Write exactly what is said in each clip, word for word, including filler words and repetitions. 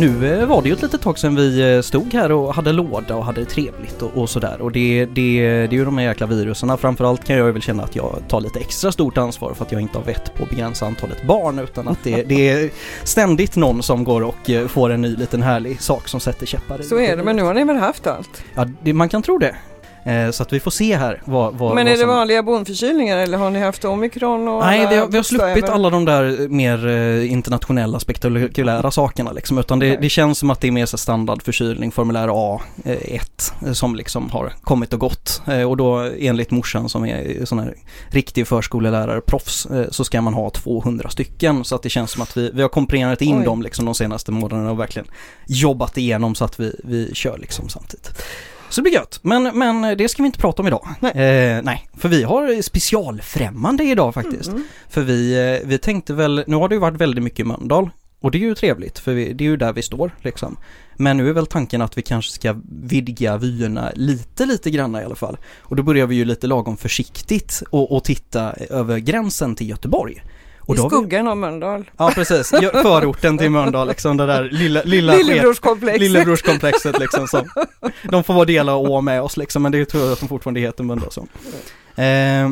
Nu var det ju ett litet tag sedan vi stod här och hade låda och hade det trevligt och, och sådär. Och det, det, det är ju de här jäkla viruserna. Framförallt kan jag väl känna att jag tar lite extra stort ansvar för att jag inte har vett på att begränsa antalet barn. Utan att det, det är ständigt någon som går och får en ny liten härlig sak som sätter käppar i. Så är det, men nu har ni väl haft allt? Ja, det, man kan tro det. Så att vi får se här vad, vad, Men är vad som... det vanliga bonförkylningar eller har ni haft omikron? Och Nej, vi har, vi har bokstäver? sluppit alla de där mer internationella spektakulära sakerna liksom, utan det, det känns som att det är mer så standardförkylning, formulär A ett som liksom har kommit och gått, och då enligt morsan som är sån här riktig förskolelärare, proffs, så ska man ha tvåhundra stycken, så att det känns som att vi, vi har komprimerat in Oj. dem liksom de senaste månaderna och verkligen jobbat igenom så att vi, vi kör liksom samtidigt. Så det blir gött. Men, men det ska vi inte prata om idag. Nej, eh, nej för vi har specialfrämmande idag faktiskt. Mm. För vi, vi tänkte väl, nu har det ju varit väldigt mycket i Mölndal. Och det är ju trevligt, för vi, det är ju där vi står liksom. Men nu är väl tanken att vi kanske ska vidga vyerna lite, lite granna i alla fall. Och då börjar vi ju lite lagom försiktigt och, och titta över gränsen till Göteborg. Och I skuggan vi... av Mölndal. Ja, precis. Förorten till Mölndal, liksom det där lilla, lilla Lillebrorskomplexet. Lillebrorskomplexet, liksom. Så. De får vara dela å med oss, liksom, men det tror jag att de fortfarande heter Mölndal. Så. Eh,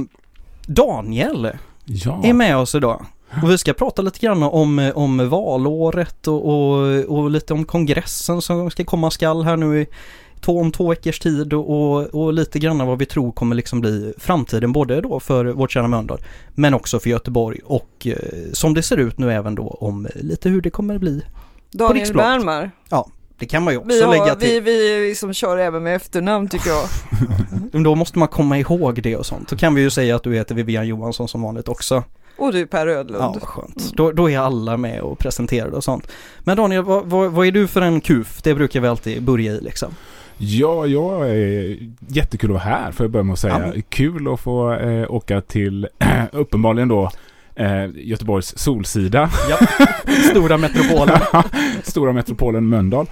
Daniel ja. är med oss idag. Och vi ska prata lite grann om, om valåret och, och, och lite om kongressen som ska komma skall här nu i två, om två veckors tid och, och, och lite grann vad vi tror kommer liksom bli framtiden både då för vårt kära Mölndal men också för Göteborg och eh, som det ser ut nu även då om lite hur det kommer bli. Daniel Bernmar. Ja, det kan man ju också vi har, lägga till. Vi, vi som kör även med efternamn tycker jag. Då måste man komma ihåg det och sånt. Så kan vi ju säga att du heter Vivian Johansson som vanligt också. Och du Per Rödlund. Ja, skönt. Mm. Då, då är alla med och presenterar och sånt. Men Daniel, vad, vad, vad är du för en kuf? Det brukar vi alltid börja i liksom. Ja, jag är jättekul att vara här för att börja med att säga. Ja. Kul att få äh, åka till uppenbarligen då äh, Göteborgs solsida. Ja. Stora metropolen. Stora metropolen Mölndal.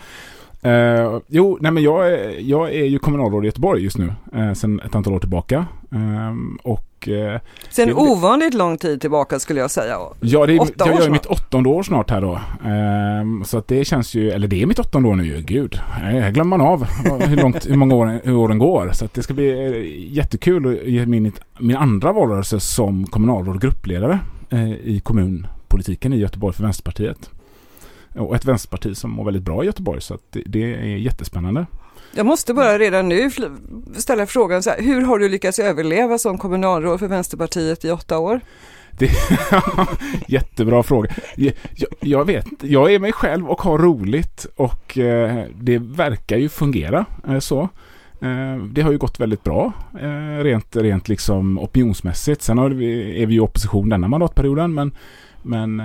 Uh, jo, nej men jag är, jag är ju kommunalråd i Göteborg just nu uh, sedan ett antal år tillbaka um, och uh, sen det, ovanligt lång tid tillbaka skulle jag säga. Ja, det är, Åtta jag år gör mitt åttonde år snart här då um, så att det känns ju, eller det är mitt åttonde år nu ju, gud, jag glömmer man av hur långt, hur många år, hur åren går, så att det ska bli uh, jättekul att ge min, min andra valrörelse som kommunalråd och gruppledare uh, i kommunpolitiken i Göteborg för Vänsterpartiet. Och ett vänsterparti som mår väldigt bra i Göteborg, så att det, det är jättespännande. Jag måste bara redan nu ställa frågan så här, hur har du lyckats överleva som kommunalråd för Vänsterpartiet i åtta år? Det, jättebra fråga. Jag, jag vet, jag är mig själv och har roligt och eh, det verkar ju fungera eh, så. Eh, det har ju gått väldigt bra eh, rent, rent liksom opinionsmässigt. Sen har vi, är vi i opposition denna mandatperioden, men Men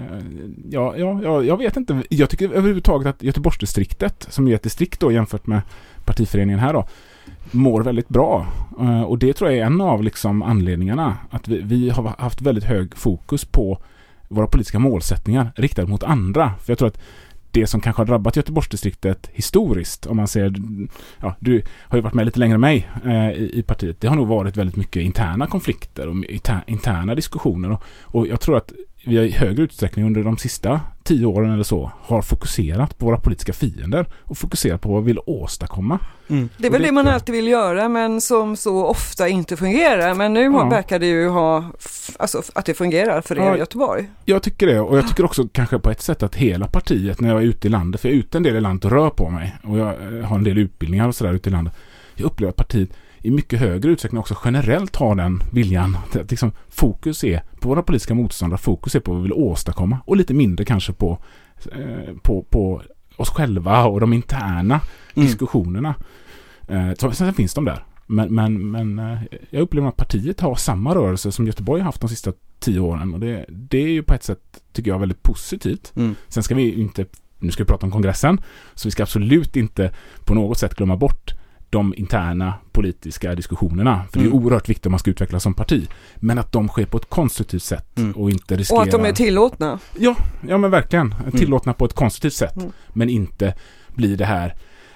ja, ja, ja, jag vet inte. Jag tycker överhuvudtaget att Göteborgsdistriktet, som är ett distrikt då jämfört med partiföreningen här då, mår väldigt bra. Och det tror jag är en av liksom anledningarna. Att vi, vi har haft väldigt hög fokus på våra politiska målsättningar riktade mot andra. För jag tror att det som kanske har drabbat Göteborgsdistriktet historiskt, om man ser, ja, du har ju varit med lite längre än mig eh, i, i partiet, det har nog varit väldigt mycket interna konflikter och inter, interna diskussioner och, och jag tror att vi i högre utsträckning under de sista tio åren eller så har fokuserat på våra politiska fiender och fokuserat på vad vi vill åstadkomma. Mm. Det är väl det, det man alltid vill göra, men som så ofta inte fungerar. Men nu ja. verkar det ju ha, alltså att det fungerar för er ja, i Göteborg. Jag tycker det, och jag tycker också kanske på ett sätt att hela partiet, när jag är ute i landet, för jag är ute en del i landet och rör på mig och jag har en del utbildningar och sådär ute i landet, jag upplever att partiet i mycket högre utsträckning också generellt har den viljan att liksom fokus är på våra politiska motståndare, fokus är på vad vi vill åstadkomma och lite mindre kanske på, eh, på, på oss själva och de interna mm. diskussionerna. Eh, så, sen finns de där. Men, men, men eh, jag upplever att partiet har samma rörelse som Göteborg har haft de sista tio åren och det, det är ju på ett sätt, tycker jag, väldigt positivt. Mm. Sen ska vi inte, nu ska vi prata om kongressen, så vi ska absolut inte på något sätt glömma bort de interna politiska diskussionerna. För mm. det är oerhört viktigt om man ska utvecklas som parti. Men att de sker på ett konstruktivt sätt mm. och inte riskerar... Och att de är tillåtna. Ja, ja men verkligen. Tillåtna mm. på ett konstruktivt sätt. Mm. Men inte blir det här... Ja,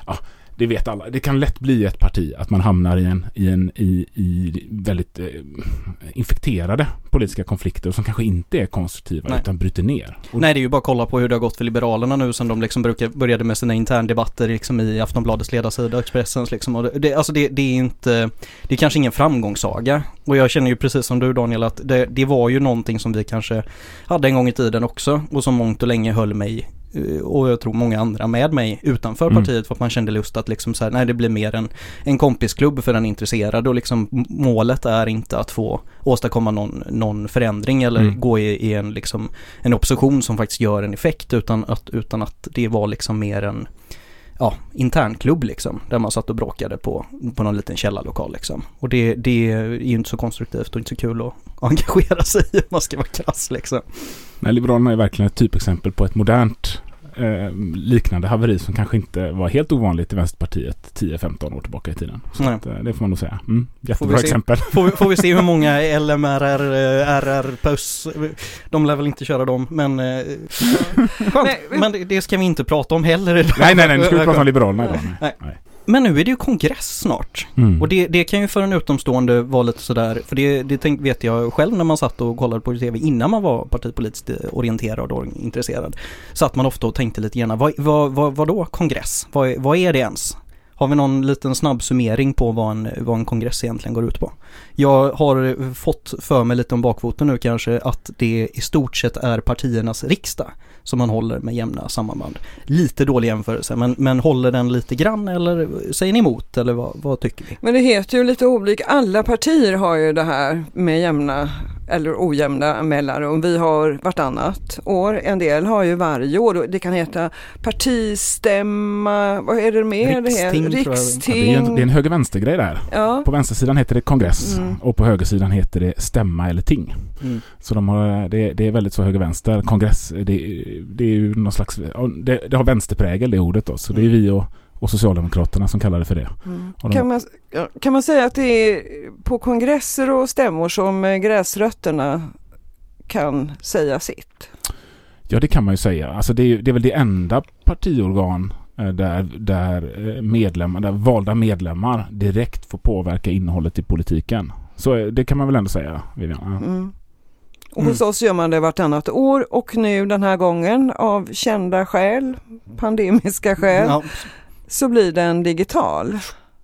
det vet alla. Det kan lätt bli ett parti att man hamnar i en, i en i, i väldigt eh, infekterade politiska konflikter som kanske inte är konstruktiva. Nej. Utan bryter ner. Och Nej, det är ju bara att kolla på hur det har gått för Liberalerna nu sen de liksom brukar, började med sina interndebatter liksom i Aftonbladets ledarsida, Expressens liksom. Och det, alltså det, det är inte, det är kanske ingen framgångssaga. Och jag känner ju precis som du, Daniel, att det, det var ju någonting som vi kanske hade en gång i tiden också och som mångt och länge höll mig och jag tror många andra med mig utanför mm. partiet för att man kände lust att liksom så här, nej, det blir mer en, en kompisklubb för den intresserade och liksom målet är inte att få åstadkomma någon, någon förändring eller mm. gå i, i en, liksom, en opposition som faktiskt gör en effekt utan att, utan att det var liksom mer en ja, internklubb liksom, där man satt och bråkade på, på någon liten källarlokal liksom. Och det, det är ju inte så konstruktivt och inte så kul att engagera sig i om man ska vara krass liksom. Nej, Liberalerna är verkligen ett typexempel på ett modernt eh, liknande haveri som kanske inte var helt ovanligt i Vänsterpartiet tio femton år tillbaka i tiden. Så att, eh, det får man nog säga. Mm, jättebra får exempel. Får vi, får vi se hur många L M R R, R R, P U S, de lär väl inte köra dem, men eh, nej, men det, det ska vi inte prata om heller idag. Nej, nej, nej, nu ska vi prata om Liberalerna idag. Nej. Nej. Nej. Men nu är det ju kongress snart. Mm. Och det, det kan ju för en utomstående vara lite sådär, för det, det tänk, vet jag själv när man satt och kollade på tv innan man var partipolitiskt orienterad och intresserad. Så att man ofta och tänkte lite gärna, vad, vad, vad, vad då kongress? Vad, vad är det ens? Har vi någon liten snabb summering på vad en, vad en kongress egentligen går ut på? Jag har fått för mig lite om bakfoten nu kanske att det i stort sett är partiernas riksdag som man håller med jämna sammanband. Lite dålig jämförelse, men, men håller den lite grann eller säger ni emot eller vad, vad tycker vi? Men det heter ju lite olika. Alla partier har ju det här med jämna eller ojämna mellanrum. Vi har vartannat år. En del har ju varje år. Det kan heta partistämma. Vad är det mer? Riksting. Det Riksting. Ja, det, är en, det är en höger-vänster-grej där. Ja. På vänstersidan heter det kongress mm. och på högersidan heter det stämma eller ting. Mm. Så de har, det, det är väldigt så höger-vänster. Kongress, det, det är ju någon slags... Det, det har vänsterprägel det ordet då. Så det är vi och, och Socialdemokraterna som kallar det för det. Mm. De, kan, man, kan man säga att det är på kongresser och stämmor som gräsrötterna kan säga sitt? Ja, det kan man ju säga. Alltså det är, det är väl det enda partiorgan där, där medlemmar, där valda medlemmar direkt får påverka innehållet i politiken. Så det kan man väl ändå säga, Vivian. Mm. Och hos oss gör man det vartannat år och nu den här gången av kända skäl, pandemiska skäl, ja. Så blir den digital.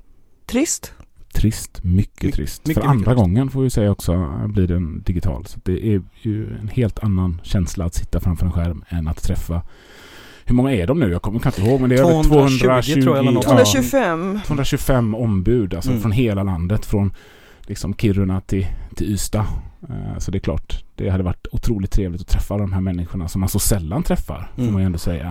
Trist. Trist, mycket My- trist. Mycket, För andra mycket gången får vi säga också blir den digital. Så det är ju en helt annan känsla att sitta framför en skärm än att träffa. Hur många är de nu? Jag kommer inte ihåg, men det är över tvåhundratjugo, tror jag, eller något. tvåhundratjugofem. tvåhundratjugofem ombud alltså mm. från hela landet, från liksom Kiruna till, till Ystad. Uh, så det är klart, det hade varit otroligt trevligt att träffa de här människorna som man så sällan träffar, får mm. man ju ändå säga.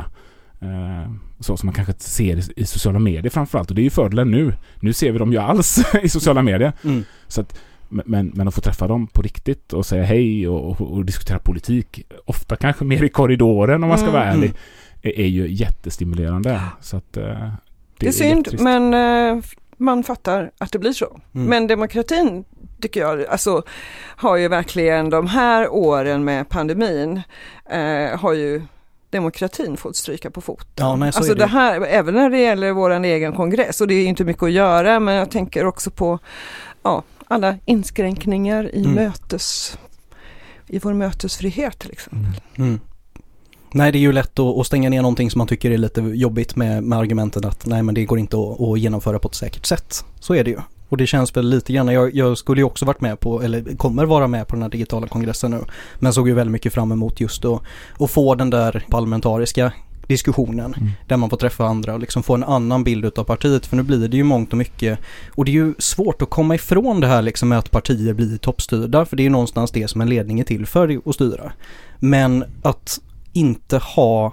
Uh, så som man kanske ser i, i sociala medier framförallt. Och det är ju fördelen nu. Nu ser vi dem ju alls i sociala medier. Mm. Så att, men, men att få träffa dem på riktigt och säga hej och, och, och diskutera politik, ofta kanske mer i korridoren om man ska mm. vara ärlig, är, är ju jättestimulerande. Så att, uh, det, det är synd, är men uh, man fattar att det blir så. Mm. Men demokratin, tycker jag, alltså, har ju verkligen de här åren med pandemin uh, har ju demokratin fått stryka på foten. Ja, nej, så alltså är det. det här, även när det gäller våran egen kongress, och det är inte mycket att göra, men jag tänker också på ja, alla inskränkningar i mm. mötes i vår mötesfrihet till exempel. Mm. Mm. Nej, det är ju lätt att, att stänga ner någonting som man tycker är lite jobbigt med, med argumenten att nej, men det går inte att, att genomföra på ett säkert sätt. Så är det ju. Och det känns väl lite grann, jag, jag skulle ju också varit med på, eller kommer vara med på den här digitala kongressen nu, men såg ju väldigt mycket fram emot just att, att få den där parlamentariska diskussionen mm. där man får träffa andra och liksom få en annan bild av partiet, för nu blir det ju mångt och mycket, och det är ju svårt att komma ifrån det här liksom med att partier blir toppstyrda, för det är ju någonstans det som en ledning är till för att styra. Men att inte ha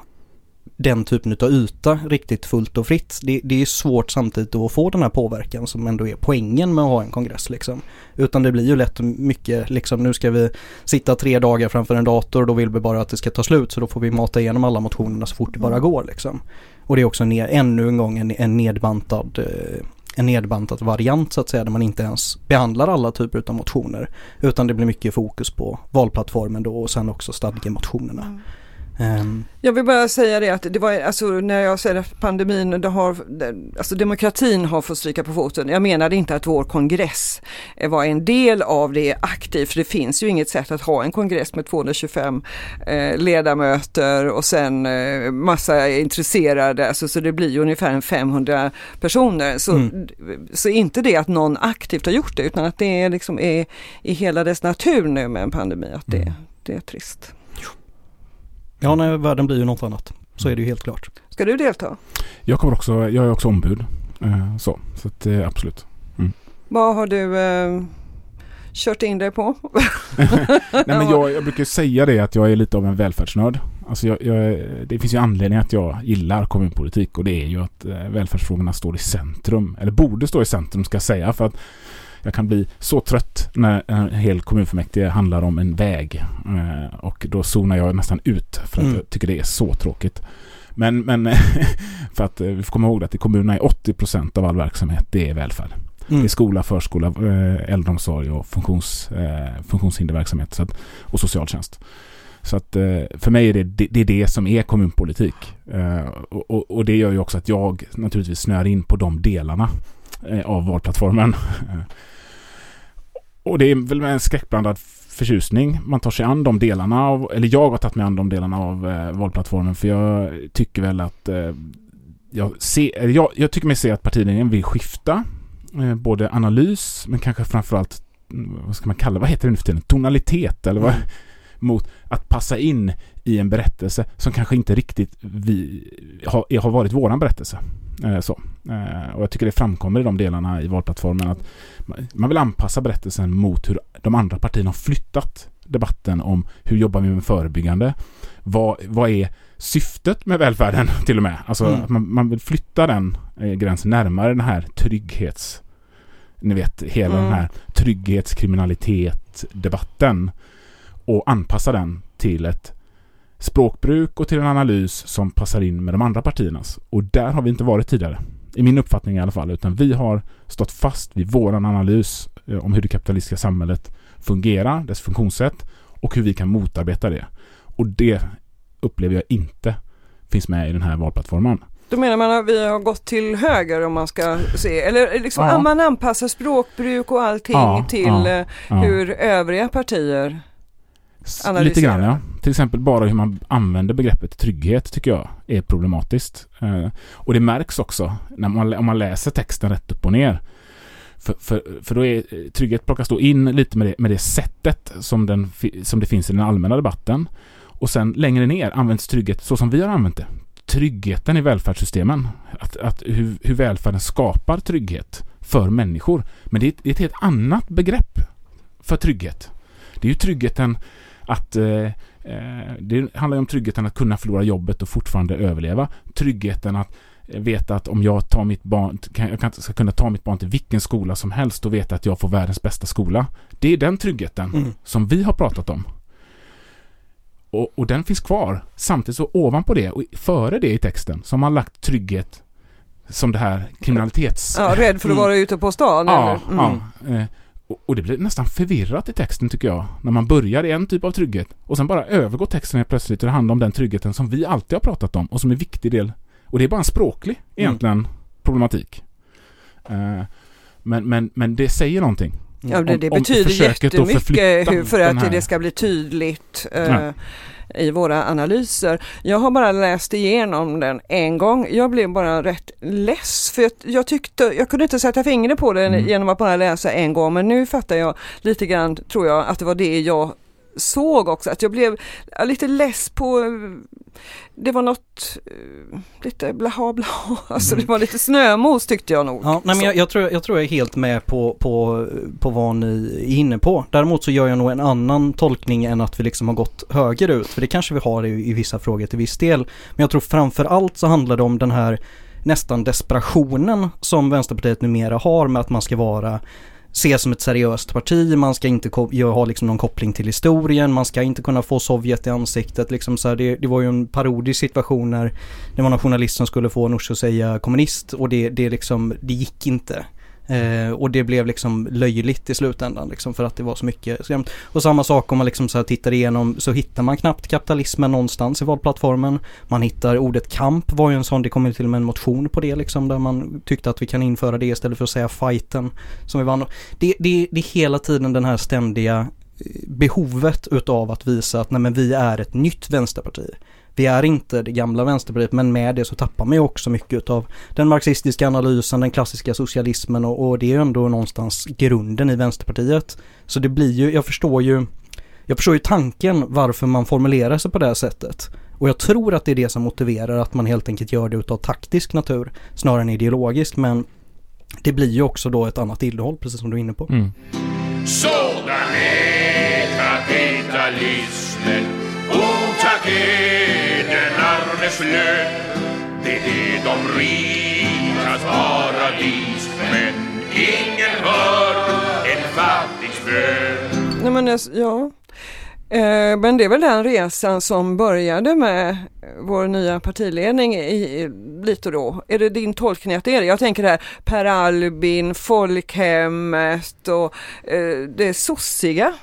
den typen av yta riktigt fullt och fritt. Det, det är svårt samtidigt att få den här påverkan som ändå är poängen med att ha en kongress liksom. Utan det blir ju lätt mycket liksom, nu ska vi sitta tre dagar framför en dator och då vill vi bara att det ska ta slut, så då får vi mata igenom alla motionerna så fort det bara går liksom. Och det är också en, ännu en gång en, en nedbantad en nedbantad variant så att säga, där man inte ens behandlar alla typer av motioner, utan det blir mycket fokus på valplattformen då och sen också stadgemotionerna. Mm. Um. Jag vill bara säga det att det var, alltså när jag säger att pandemin, det har, alltså demokratin har fått stryka på foten. Jag menade inte att vår kongress var en del av det aktivt, för det finns ju inget sätt att ha en kongress med tvåhundratjugofem eh, ledamöter och sen eh, massa intresserade, alltså, så det blir ju ungefär femhundra personer. Så, mm. så inte det att någon aktivt har gjort det, utan att det är liksom är i hela dess natur nu med en pandemi, att det, mm. det är trist. Ja, när världen blir ju något annat. Så är det ju helt klart. Ska du delta? Jag kommer också, jag är också ombud. Eh, så så att, eh, absolut. Mm. Vad har du eh, kört in dig på? Nej, men jag, jag brukar säga det att jag är lite av en välfärdsnörd. Alltså jag, jag, det finns ju anledning att jag gillar kommunpolitik, och det är ju att eh, välfärdsfrågorna står i centrum. Eller borde stå i centrum, ska jag säga, för att jag kan bli så trött när en hel kommunfullmäktige handlar om en väg. Eh, och då zonar jag nästan ut för att mm. jag tycker det är så tråkigt. Men, men för att vi får komma ihåg att i kommunerna är åttio procent av all verksamhet, det är välfärd. Mm. Det är skola, förskola, eh, äldreomsorg och funktions, eh, funktionshinderverksamhet så att, och socialtjänst. Så att eh, för mig är det, det, det är det som är kommunpolitik. Eh, och, och det gör ju också att jag naturligtvis snör in på de delarna eh, av valplattformen. Och det är väl med en skräckblandad förtjusning man tar sig an de delarna av, eller jag har tagit mig an de delarna av eh, valplattformen, för jag tycker väl att eh, jag, ser, jag, jag tycker mig se att partiledningen vill skifta eh, både analys, men kanske framförallt, vad ska man kalla, vad heter det nu för tiden? Tonalitet, eller vad? Mot att passa in i en berättelse som kanske inte riktigt vi, har, har varit våran berättelse. Eh, så. Eh, och jag tycker det framkommer i de delarna i valplattformen att man vill anpassa berättelsen mot hur de andra partierna har flyttat debatten om hur jobbar vi med förebyggande. Vad, vad är syftet med välfärden till och med? Alltså mm. att man, man vill flytta den eh, gränsen närmare den här trygghets, ni vet, hela mm. den här trygghetskriminalitet-debatten, och anpassa den till ett språkbruk och till en analys som passar in med de andra partiernas. Och där har vi inte varit tidigare, i min uppfattning i alla fall, utan vi har stått fast vid våran analys eh, om hur det kapitalistiska samhället fungerar, dess funktionssätt, och hur vi kan motarbeta det. Och det upplever jag inte finns med i den här valplattformen. Då menar man att vi har gått till höger, om man ska se, eller liksom ja. man anpassar språkbruk och allting ja, till ja, ja. hur övriga partier analyserar. Lite grann, ja. Till exempel bara hur man använder begreppet trygghet tycker jag är problematiskt. Eh, och det märks också när man, om man läser texten rätt upp och ner. För, för, för då är trygghet plockas då in lite med det, med det sättet som, den, som det finns i den allmänna debatten. Och sen längre ner används trygghet så som vi har använt det. Tryggheten i välfärdssystemen. Att, att hur, hur välfärden skapar trygghet för människor. Men det är, det är ett helt annat begrepp för trygghet. Det är ju tryggheten att eh, det handlar om tryggheten att kunna förlora jobbet och fortfarande överleva. Tryggheten att veta att om jag tar mitt barn, kan, jag kan, ska kunna ta mitt barn till vilken skola som helst och veta att jag får världens bästa skola. Det är den tryggheten mm. som vi har pratat om. Och, och den finns kvar. Samtidigt så ovanpå det och före det i texten så har man lagt trygghet som det här kriminalitets... Ja, rädd för att vara ute på stan. Ja, eller? Mm. ja. Och, och det blir nästan förvirrat i texten tycker jag. När man börjar i en typ av trygghet och sen bara övergår texten helt plötsligt till att handla om den tryggheten som vi alltid har pratat om och som är en viktig del. Och det är bara en språklig egentligen mm. problematik. Uh, men, men, men det säger någonting. Ja, det, det om, betyder om jättemycket hur, för att det ska bli tydligt uh, ja. i våra analyser. Jag har bara läst igenom den en gång. Jag blev bara rätt less för jag, jag tyckte, jag kunde inte sätta fingret på den mm. genom att bara läsa en gång, men nu fattar jag lite grann, tror jag, att det var det jag såg också, att jag blev lite less på, det var något uh, lite blaha blaha, alltså det var lite snömos tyckte jag nog. Ja, nej, men jag, jag, tror, jag tror jag är helt med på, på, på vad ni är inne på. Däremot så gör jag nog en annan tolkning än att vi liksom har gått högerut, för det kanske vi har i, i vissa frågor till viss del. Men jag tror framför allt så handlar det om den här nästan desperationen som Vänsterpartiet numera har med att man ska vara ses som ett seriöst parti, man ska inte ko- ha liksom någon koppling till historien, man ska inte kunna få Sovjet i ansiktet. Liksom så här, det, det var ju en parodisk situation när det var någon journalist som skulle få Nooshi att säga kommunist och det, det, liksom, det gick inte. Eh, och det blev liksom löjligt i slutändan liksom, för att det var så mycket skrämt. Och samma sak om man liksom så här tittar igenom, så hittar man knappt kapitalismen någonstans i valplattformen. Man hittar ordet kamp, var ju en sån, det kommer till och med en motion på det liksom, där man tyckte att vi kan införa det istället för att säga fighten som vi vann. Det, det, det är hela tiden den här ständiga behovet utav att visa att nej, men vi är ett nytt vänsterparti. Vi är inte det gamla vänsterpartiet, men med det så tappar man ju också mycket av den marxistiska analysen, den klassiska socialismen och, och det är ju ändå någonstans grunden i Vänsterpartiet. Så det blir ju, jag förstår ju jag förstår ju tanken varför man formulerar sig på det här sättet. Och jag tror att det är det som motiverar att man helt enkelt gör det utav taktisk natur snarare än ideologisk, men det blir ju också då ett annat innehåll, precis som du är inne på. Mm. Sådan är kapitalismen, otack är den armes lön. Det är de rikas paradis, men ingen hör en fattigs bön. Nej, men ja, eh, men det är väl den resan som började med vår nya partiledning i, lite då. Är det din tolkning att det är det? Jag tänker det här Per Albin, folkhemmet och eh, det sossiga.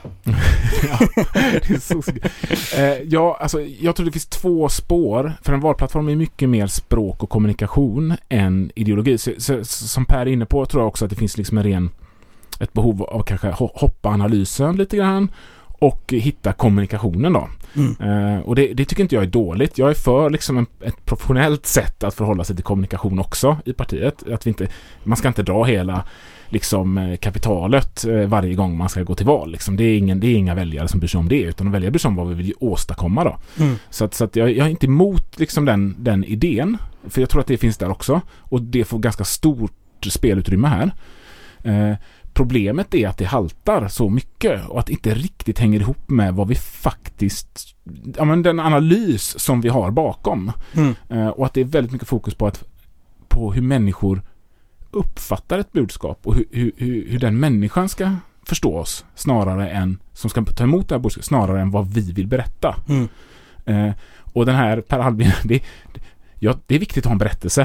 Ja, det är sossiga. Eh, ja, alltså, jag tror det finns två spår. För en valplattform är mycket mer språk och kommunikation än ideologi. Så, så, som Per är inne på tror jag också att det finns liksom en ren, ett behov av kanske hoppa analysen lite grann och hitta kommunikationen då. Mm. Uh, och det, det tycker inte jag är dåligt. Jag är för liksom en, ett professionellt sätt att förhålla sig till kommunikation också i partiet. Att vi inte, man ska inte dra hela liksom, kapitalet uh, varje gång man ska gå till val. Liksom. Det, är ingen, det är inga väljare som bryr sig om det, utan de väljare bryr sig om vad vi vill åstadkomma då. Mm. Så, att, så att jag, jag är inte emot liksom, den, den idén, för jag tror att det finns där också. Och det får ganska stort spelutrymme här. Uh, Problemet är att det haltar så mycket och att det inte riktigt hänger ihop med vad vi faktiskt, ja men den analys som vi har bakom. Mm. Uh, och att det är väldigt mycket fokus på, att, på hur människor uppfattar ett budskap och hur, hur, hur den människan ska förstå oss snarare än, som ska ta emot det här budskapet, snarare än vad vi vill berätta. Mm. Uh, och den här Per Albin, det, ja, det är viktigt att ha en berättelse.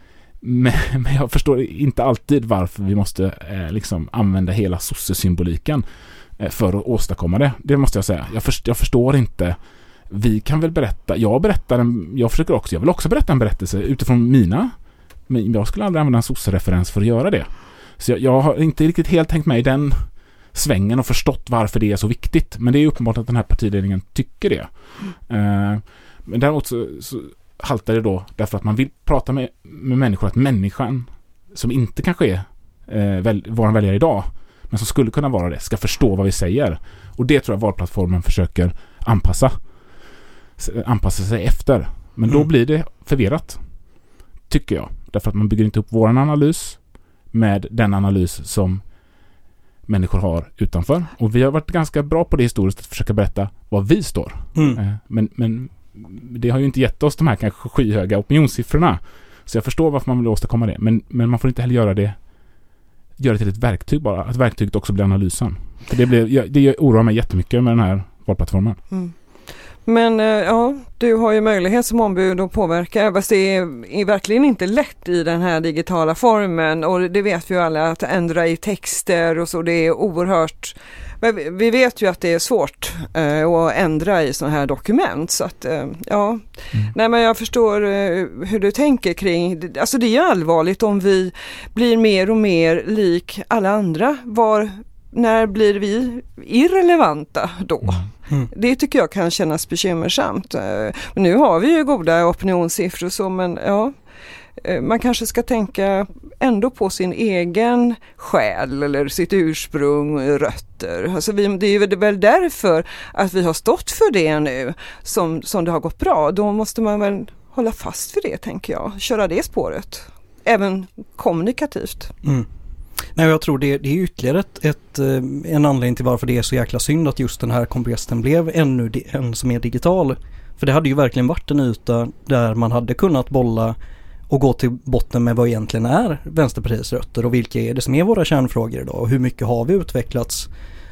Men, men jag förstår inte alltid varför vi måste eh, liksom använda hela sossesymboliken eh, för att åstadkomma det. Det måste jag säga. Jag, först, jag förstår inte. Vi kan väl berätta. Jag berättar en, jag försöker också. Jag vill också berätta en berättelse utifrån mina. Men jag skulle aldrig använda en sossereferens för att göra det. Så jag, jag har inte riktigt helt tänkt mig i den svängen och förstått varför det är så viktigt. Men det är uppenbart att den här partiledningen tycker det. Mm. Eh, men däremot så, så haltar det då därför att man vill prata med, med människor, att människan som inte kanske är eh, väl, vår väljare idag, men som skulle kunna vara det, ska förstå vad vi säger. Och det tror jag valplattformen försöker anpassa anpassa sig efter. Men mm. då blir det förvirrat, tycker jag. Därför att man bygger inte upp vår analys med den analys som människor har utanför. Och vi har varit ganska bra på det historiskt, att försöka berätta var vi står. Mm. Eh, men, men det har ju inte gett oss de här kanske skyhöga opinionssiffrorna. Så jag förstår varför man vill åstadkomma det. Men, men man får inte heller göra det göra det till ett verktyg bara. Att verktyget också blir analysen. För det, blir, det oroar mig jättemycket med den här valplattformen. Mm. Men ja, du har ju möjlighet som ombud att påverka. Fast det är, är verkligen inte lätt i den här digitala formen. Och det vet vi ju alla, att ändra i texter och så. Det är oerhört... Vi vet ju att det är svårt eh, att ändra i sådana här dokument. Så att, eh, ja. Mm. Nej, men jag förstår eh, hur du tänker kring... Alltså det är ju allvarligt om vi blir mer och mer lik alla andra. Var... När blir vi irrelevanta då? Mm. Det tycker jag kan kännas bekymmersamt. Nu har vi ju goda opinionssiffror och så, men ja, man kanske ska tänka ändå på sin egen själ eller sitt ursprung, rötter. Alltså vi, det är ju väl därför att vi har stått för det nu som, som det har gått bra. Då måste man väl hålla fast vid det, tänker jag. Köra det spåret. Även kommunikativt. Mm. Nej, jag tror det, det är ytterligare ett, ett, en anledning till varför det är så jäkla synd att just den här kongressen blev ännu en som är digital. För det hade ju verkligen varit en yta där man hade kunnat bolla och gå till botten med vad egentligen är Vänsterpartiets rötter och vilka är det som är våra kärnfrågor idag och hur mycket har vi utvecklats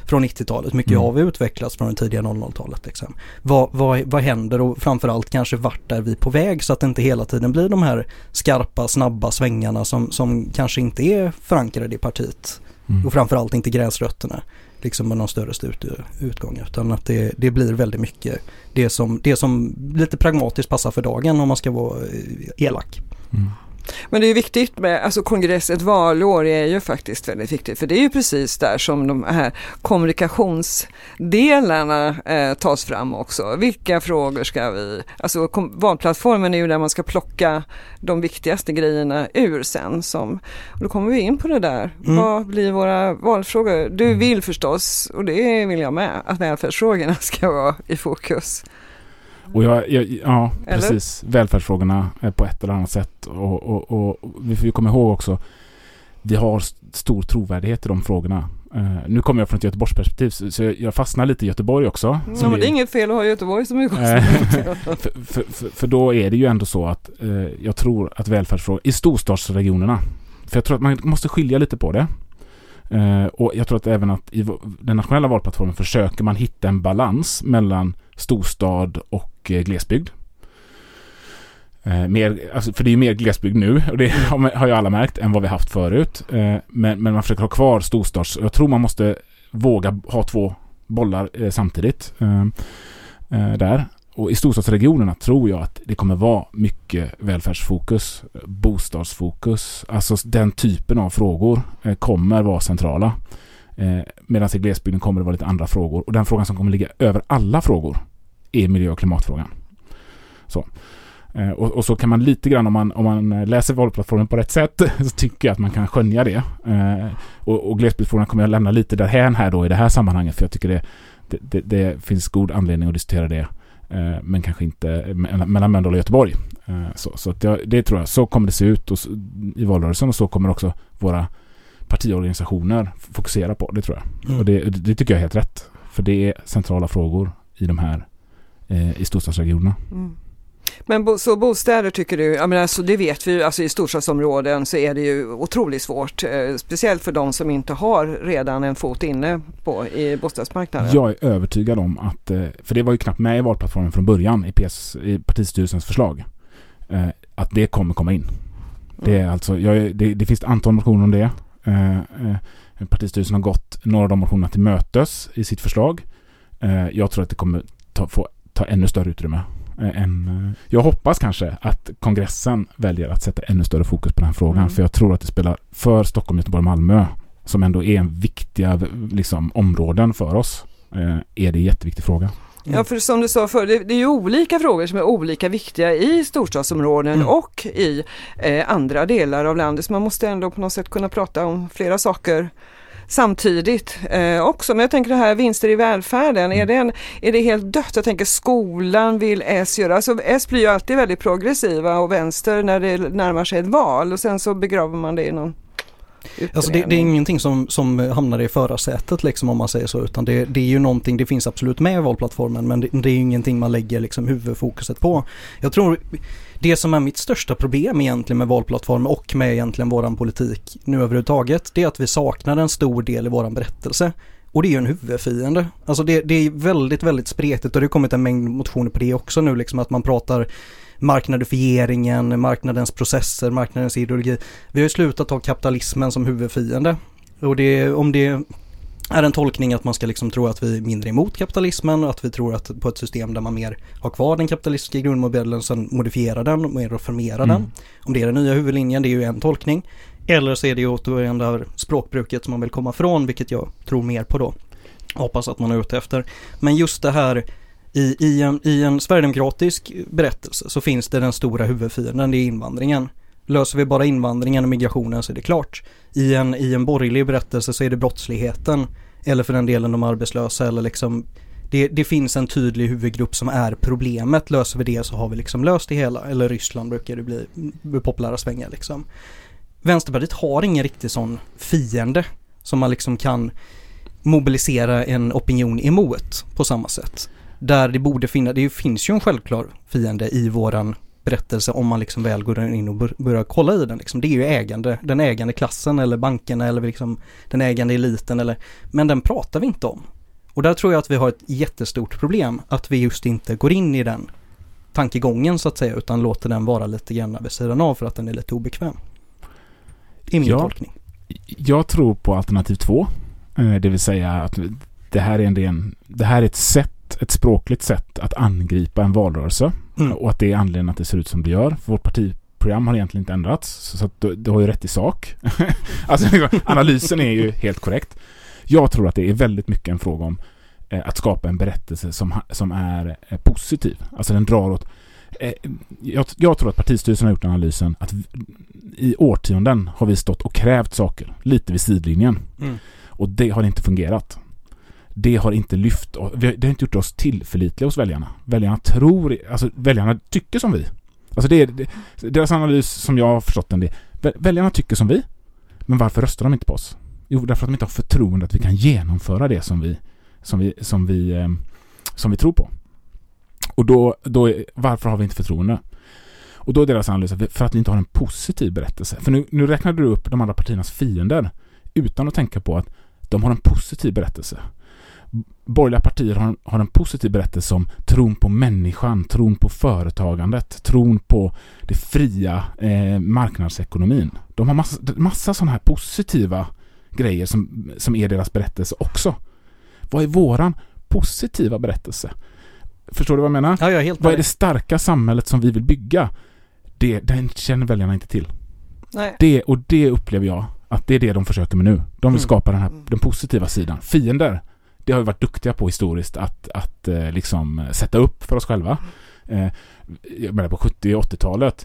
från nittiotalet. Mycket mm. har vi utvecklats från det tidiga noll noll-talet. Liksom. Vad, vad, vad händer och framförallt kanske vart är vi på väg så att det inte hela tiden blir de här skarpa, snabba svängarna som, som kanske inte är förankrade i partiet. Mm. Och framförallt inte gräsrötterna liksom med någon större ut, utgång, utan att det, det blir väldigt mycket det som, det som lite pragmatiskt passar för dagen om man ska vara elak. Mm. Men det är viktigt med, alltså kongress, ett valår är ju faktiskt väldigt viktigt, för det är ju precis där som de här kommunikationsdelarna eh, tas fram också. Vilka frågor ska vi, alltså kom, valplattformen är ju där man ska plocka de viktigaste grejerna ur sen. Som, och då kommer vi in på det där. Mm. Vad blir våra valfrågor? Du vill förstås, och det vill jag med, att välfärdsfrågorna ska vara i fokus. Och jag, jag, ja, eller? Precis. Välfärdsfrågorna på ett eller annat sätt. Och, och, och vi får ju komma ihåg också, vi har stor trovärdighet i de frågorna. Uh, nu kommer jag från ett Göteborgsperspektiv, så, så jag fastnar lite i Göteborg också. Ja, men det är inget fel att ha Göteborg som utgångspunkt. för, för, för, för då är det ju ändå så att uh, jag tror att välfärdsfrågor i storstadsregionerna, för jag tror att man måste skilja lite på det. Uh, och jag tror att även att i den nationella valplattformen försöker man hitta en balans mellan storstad och eh, glesbygd. Eh, mer, alltså, för det är ju mer glesbygd nu, och det har, har ju alla märkt, än vad vi haft förut. Eh, men, men man försöker ha kvar storstads. Jag tror man måste våga ha två bollar eh, samtidigt eh, eh, där. Och i storstadsregionerna tror jag att det kommer vara mycket välfärdsfokus, bostadsfokus. Alltså den typen av frågor eh, kommer vara centrala. Eh, medan i glesbygden kommer det vara lite andra frågor. Och den frågan som kommer ligga över alla frågor är miljö- och klimatfrågan. Så. Eh, och, och så kan man lite grann, om man, om man läser valplattformen på rätt sätt, så tycker jag att man kan skönja det. Eh, och, och glesbygdsfrågorna kommer jag lämna lite därhän här då i det här sammanhanget, för jag tycker det, det, det, det finns god anledning att diskutera det. Eh, men kanske inte mellan Mölndal och Göteborg. Eh, så så att jag, det tror jag. Så kommer det se ut och, i valrörelsen, och så kommer också våra partiorganisationer fokusera på, det tror jag. Mm. Och det, det tycker jag är helt rätt. För det är centrala frågor i de här eh, i storstadsregionerna. Mm. Men bo, så bostäder tycker du, jag menar, alltså det vet vi ju, alltså i storstadsområden så är det ju otroligt svårt, eh, speciellt för de som inte har redan en fot inne på i bostadsmarknaden. Jag är övertygad om att, eh, för det var ju knappt med i valplattformen från början i, P S, i partistyrelsens förslag, eh, att det kommer komma in. Det, är mm. alltså, jag, det, det finns ett antal motioner om det. Eh, eh, partistyrelsen har gått några av de motionerna till mötes i sitt förslag. Eh, jag tror att det kommer ta, få ta ännu större utrymme. Eh, än, eh, jag hoppas kanske att kongressen väljer att sätta ännu större fokus på den här frågan. Mm. För jag tror att det spelar för Stockholm, Göteborg och Malmö, som ändå är en viktiga liksom, områden för oss, eh, är det en jätteviktig fråga. Mm. Ja, för som du sa förr, det, det är ju olika frågor som är olika viktiga i storstadsområden mm. och i eh, andra delar av landet. Så man måste ändå på något sätt kunna prata om flera saker samtidigt eh, också. Men jag tänker det här vinster i välfärden, mm. är, det en, är det helt dött? Jag tänker skolan vill S göra. Alltså S blir ju alltid väldigt progressiva och vänster när det närmar sig ett val, och sen så begraver man det i någon... Alltså det, det är ingenting som, som hamnar i förarsätet liksom, om man säger så, utan det, det är ju någonting, det finns absolut med i valplattformen, men det, det är ju ingenting man lägger liksom huvudfokuset på. Jag tror det som är mitt största problem egentligen med valplattformen och med egentligen våran politik nu överhuvudtaget, det är att vi saknar en stor del i våran berättelse. Och det är ju en huvudfiende. Alltså det, det är väldigt, väldigt spretigt, och det har kommit en mängd motioner på det också nu, liksom att man pratar marknadifieringen, marknadens processer, marknadens ideologi. Vi har ju slutat ha kapitalismen som huvudfiende. Och det, om det är en tolkning att man ska liksom tro att vi är mindre emot kapitalismen, och att vi tror att på ett system där man mer har kvar den kapitalistiska grundmodellen, sen modifierar den och mer reformerar mm. den. Om det är den nya huvudlinjen, det är ju en tolkning. Eller så är det ju återigen det här språkbruket som man vill komma från, vilket jag tror mer på då. Hoppas att man är ute efter. Men just det här, i, i, en, i en sverigedemokratisk berättelse så finns det den stora huvudfienden, det är invandringen. Löser vi bara invandringen och migrationen så är det klart. I en, i en borgerlig berättelse så är det brottsligheten, eller för den delen de arbetslösa, eller liksom det, det finns en tydlig huvudgrupp som är problemet. Löser vi det så har vi liksom löst det hela. Eller Ryssland brukar det bli, bli populära svängar liksom. Vänsterpartiet har ingen riktig sån fiende som man liksom kan mobilisera en opinion emot på samma sätt. Där det borde finnas, det finns ju en självklar fiende i våran berättelse om man liksom väl går in och bör, börjar kolla i den. Liksom. Det är ju ägande, den ägande klassen eller bankerna eller liksom den ägande eliten. Eller, men den pratar vi inte om. Och där tror jag att vi har ett jättestort problem. Att vi just inte går in i den tankegången så att säga, utan låter den vara lite grann vid sidan av för att den är lite obekväm. I min ja, tolkning. Jag tror på alternativ två. Det vill säga att det här är en, en det här är ett sätt, ett språkligt sätt att angripa en valrörelse. Mm. Och att det är anledningen att det ser ut som det gör. För vårt partiprogram har egentligen inte ändrats. Så att du, du har ju rätt i sak. Alltså analysen är ju helt korrekt. Jag tror att det är väldigt mycket en fråga om eh, att skapa en berättelse som, som är eh, positiv. Alltså den drar åt... Eh, jag, jag tror att partistyrelsen har gjort analysen att v- i årtionden har vi stått och krävt saker lite vid sidlinjen. Mm. Och det har inte fungerat. Det har inte lyft... Det har inte gjort oss tillförlitliga hos väljarna. Väljarna tror... Alltså väljarna tycker som vi. Alltså det är det, deras analys som jag har förstått den. Det, väljarna tycker som vi. Men varför röstar de inte på oss? Jo, därför att de inte har förtroende att vi kan genomföra det som vi, som vi, som vi, eh, som vi tror på. Och då, då, varför har vi inte förtroende? Och då är deras analys för att vi inte har en positiv berättelse. För nu, nu räknade du upp de andra partiernas fiender utan att tänka på att de har en positiv berättelse. Borgerliga partier har, har en positiv berättelse om tron på människan, tron på företagandet, tron på det fria eh, marknadsekonomin. De har massa, massa sådana här positiva grejer som, som är deras berättelse också. Vad är våran positiva berättelse? Förstår du vad jag menar? Ja, jag är helt vad är det starka samhället som vi vill bygga? Det, den känner väljarna inte till. Nej. Det, och det upplever jag att det är det de försöker med nu. De vill mm. skapa den här den positiva sidan. Fiender, det har vi varit duktiga på historiskt att, att eh, liksom sätta upp för oss själva. Eh, jag menar på sjuttio- och åttiotalet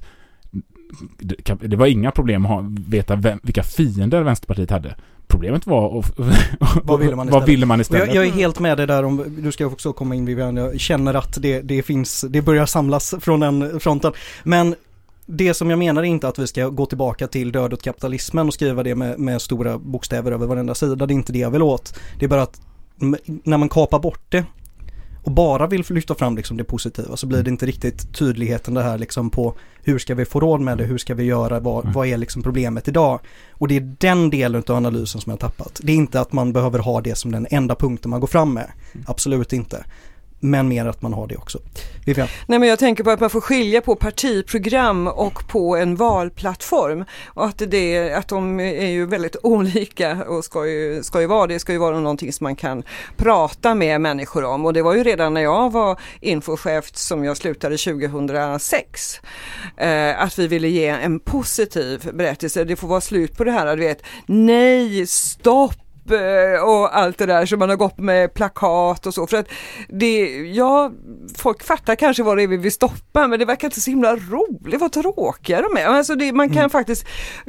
det, det var inga problem att ha, veta vem, vilka fiender Vänsterpartiet hade. Problemet var och, vad ville man istället? Vad ville man istället? Jag, jag är helt med det där om, du ska också komma in Vivian, jag känner att det, det finns, det börjar samlas från den fronten. Men det som jag menar är inte att vi ska gå tillbaka till död åt kapitalismen och skriva det med, med stora bokstäver över varenda sida. Det är inte det jag vill åt. Det är bara att när man kapar bort det och bara vill lyfta fram liksom det positiva så blir det inte riktigt tydligheten det här liksom på hur ska vi få råd med det, hur ska vi göra, vad, vad är liksom problemet idag. Och det är den delen av analysen som jag har tappat. Det är inte att man behöver ha det som den enda punkten man går fram med. Absolut inte. Men mer att man har det också. Vivian? Nej, men jag tänker på att man får skilja på partiprogram och på en valplattform. Och att, det, att de är ju väldigt olika och ska ju, ska ju vara det. ska ju vara någonting som man kan prata med människor om. Och det var ju redan när jag var infochef som jag slutade tjugohundrasex. Eh, att vi ville ge en positiv berättelse. Det får vara slut på det här. Du vet, nej, stopp. Och allt det där som man har gått med plakat och så, för att det, ja, folk fattar kanske vad det är vi vill stoppa, men det verkar inte så himla roligt, vad tråkiga de är. Alltså det, man kan mm. faktiskt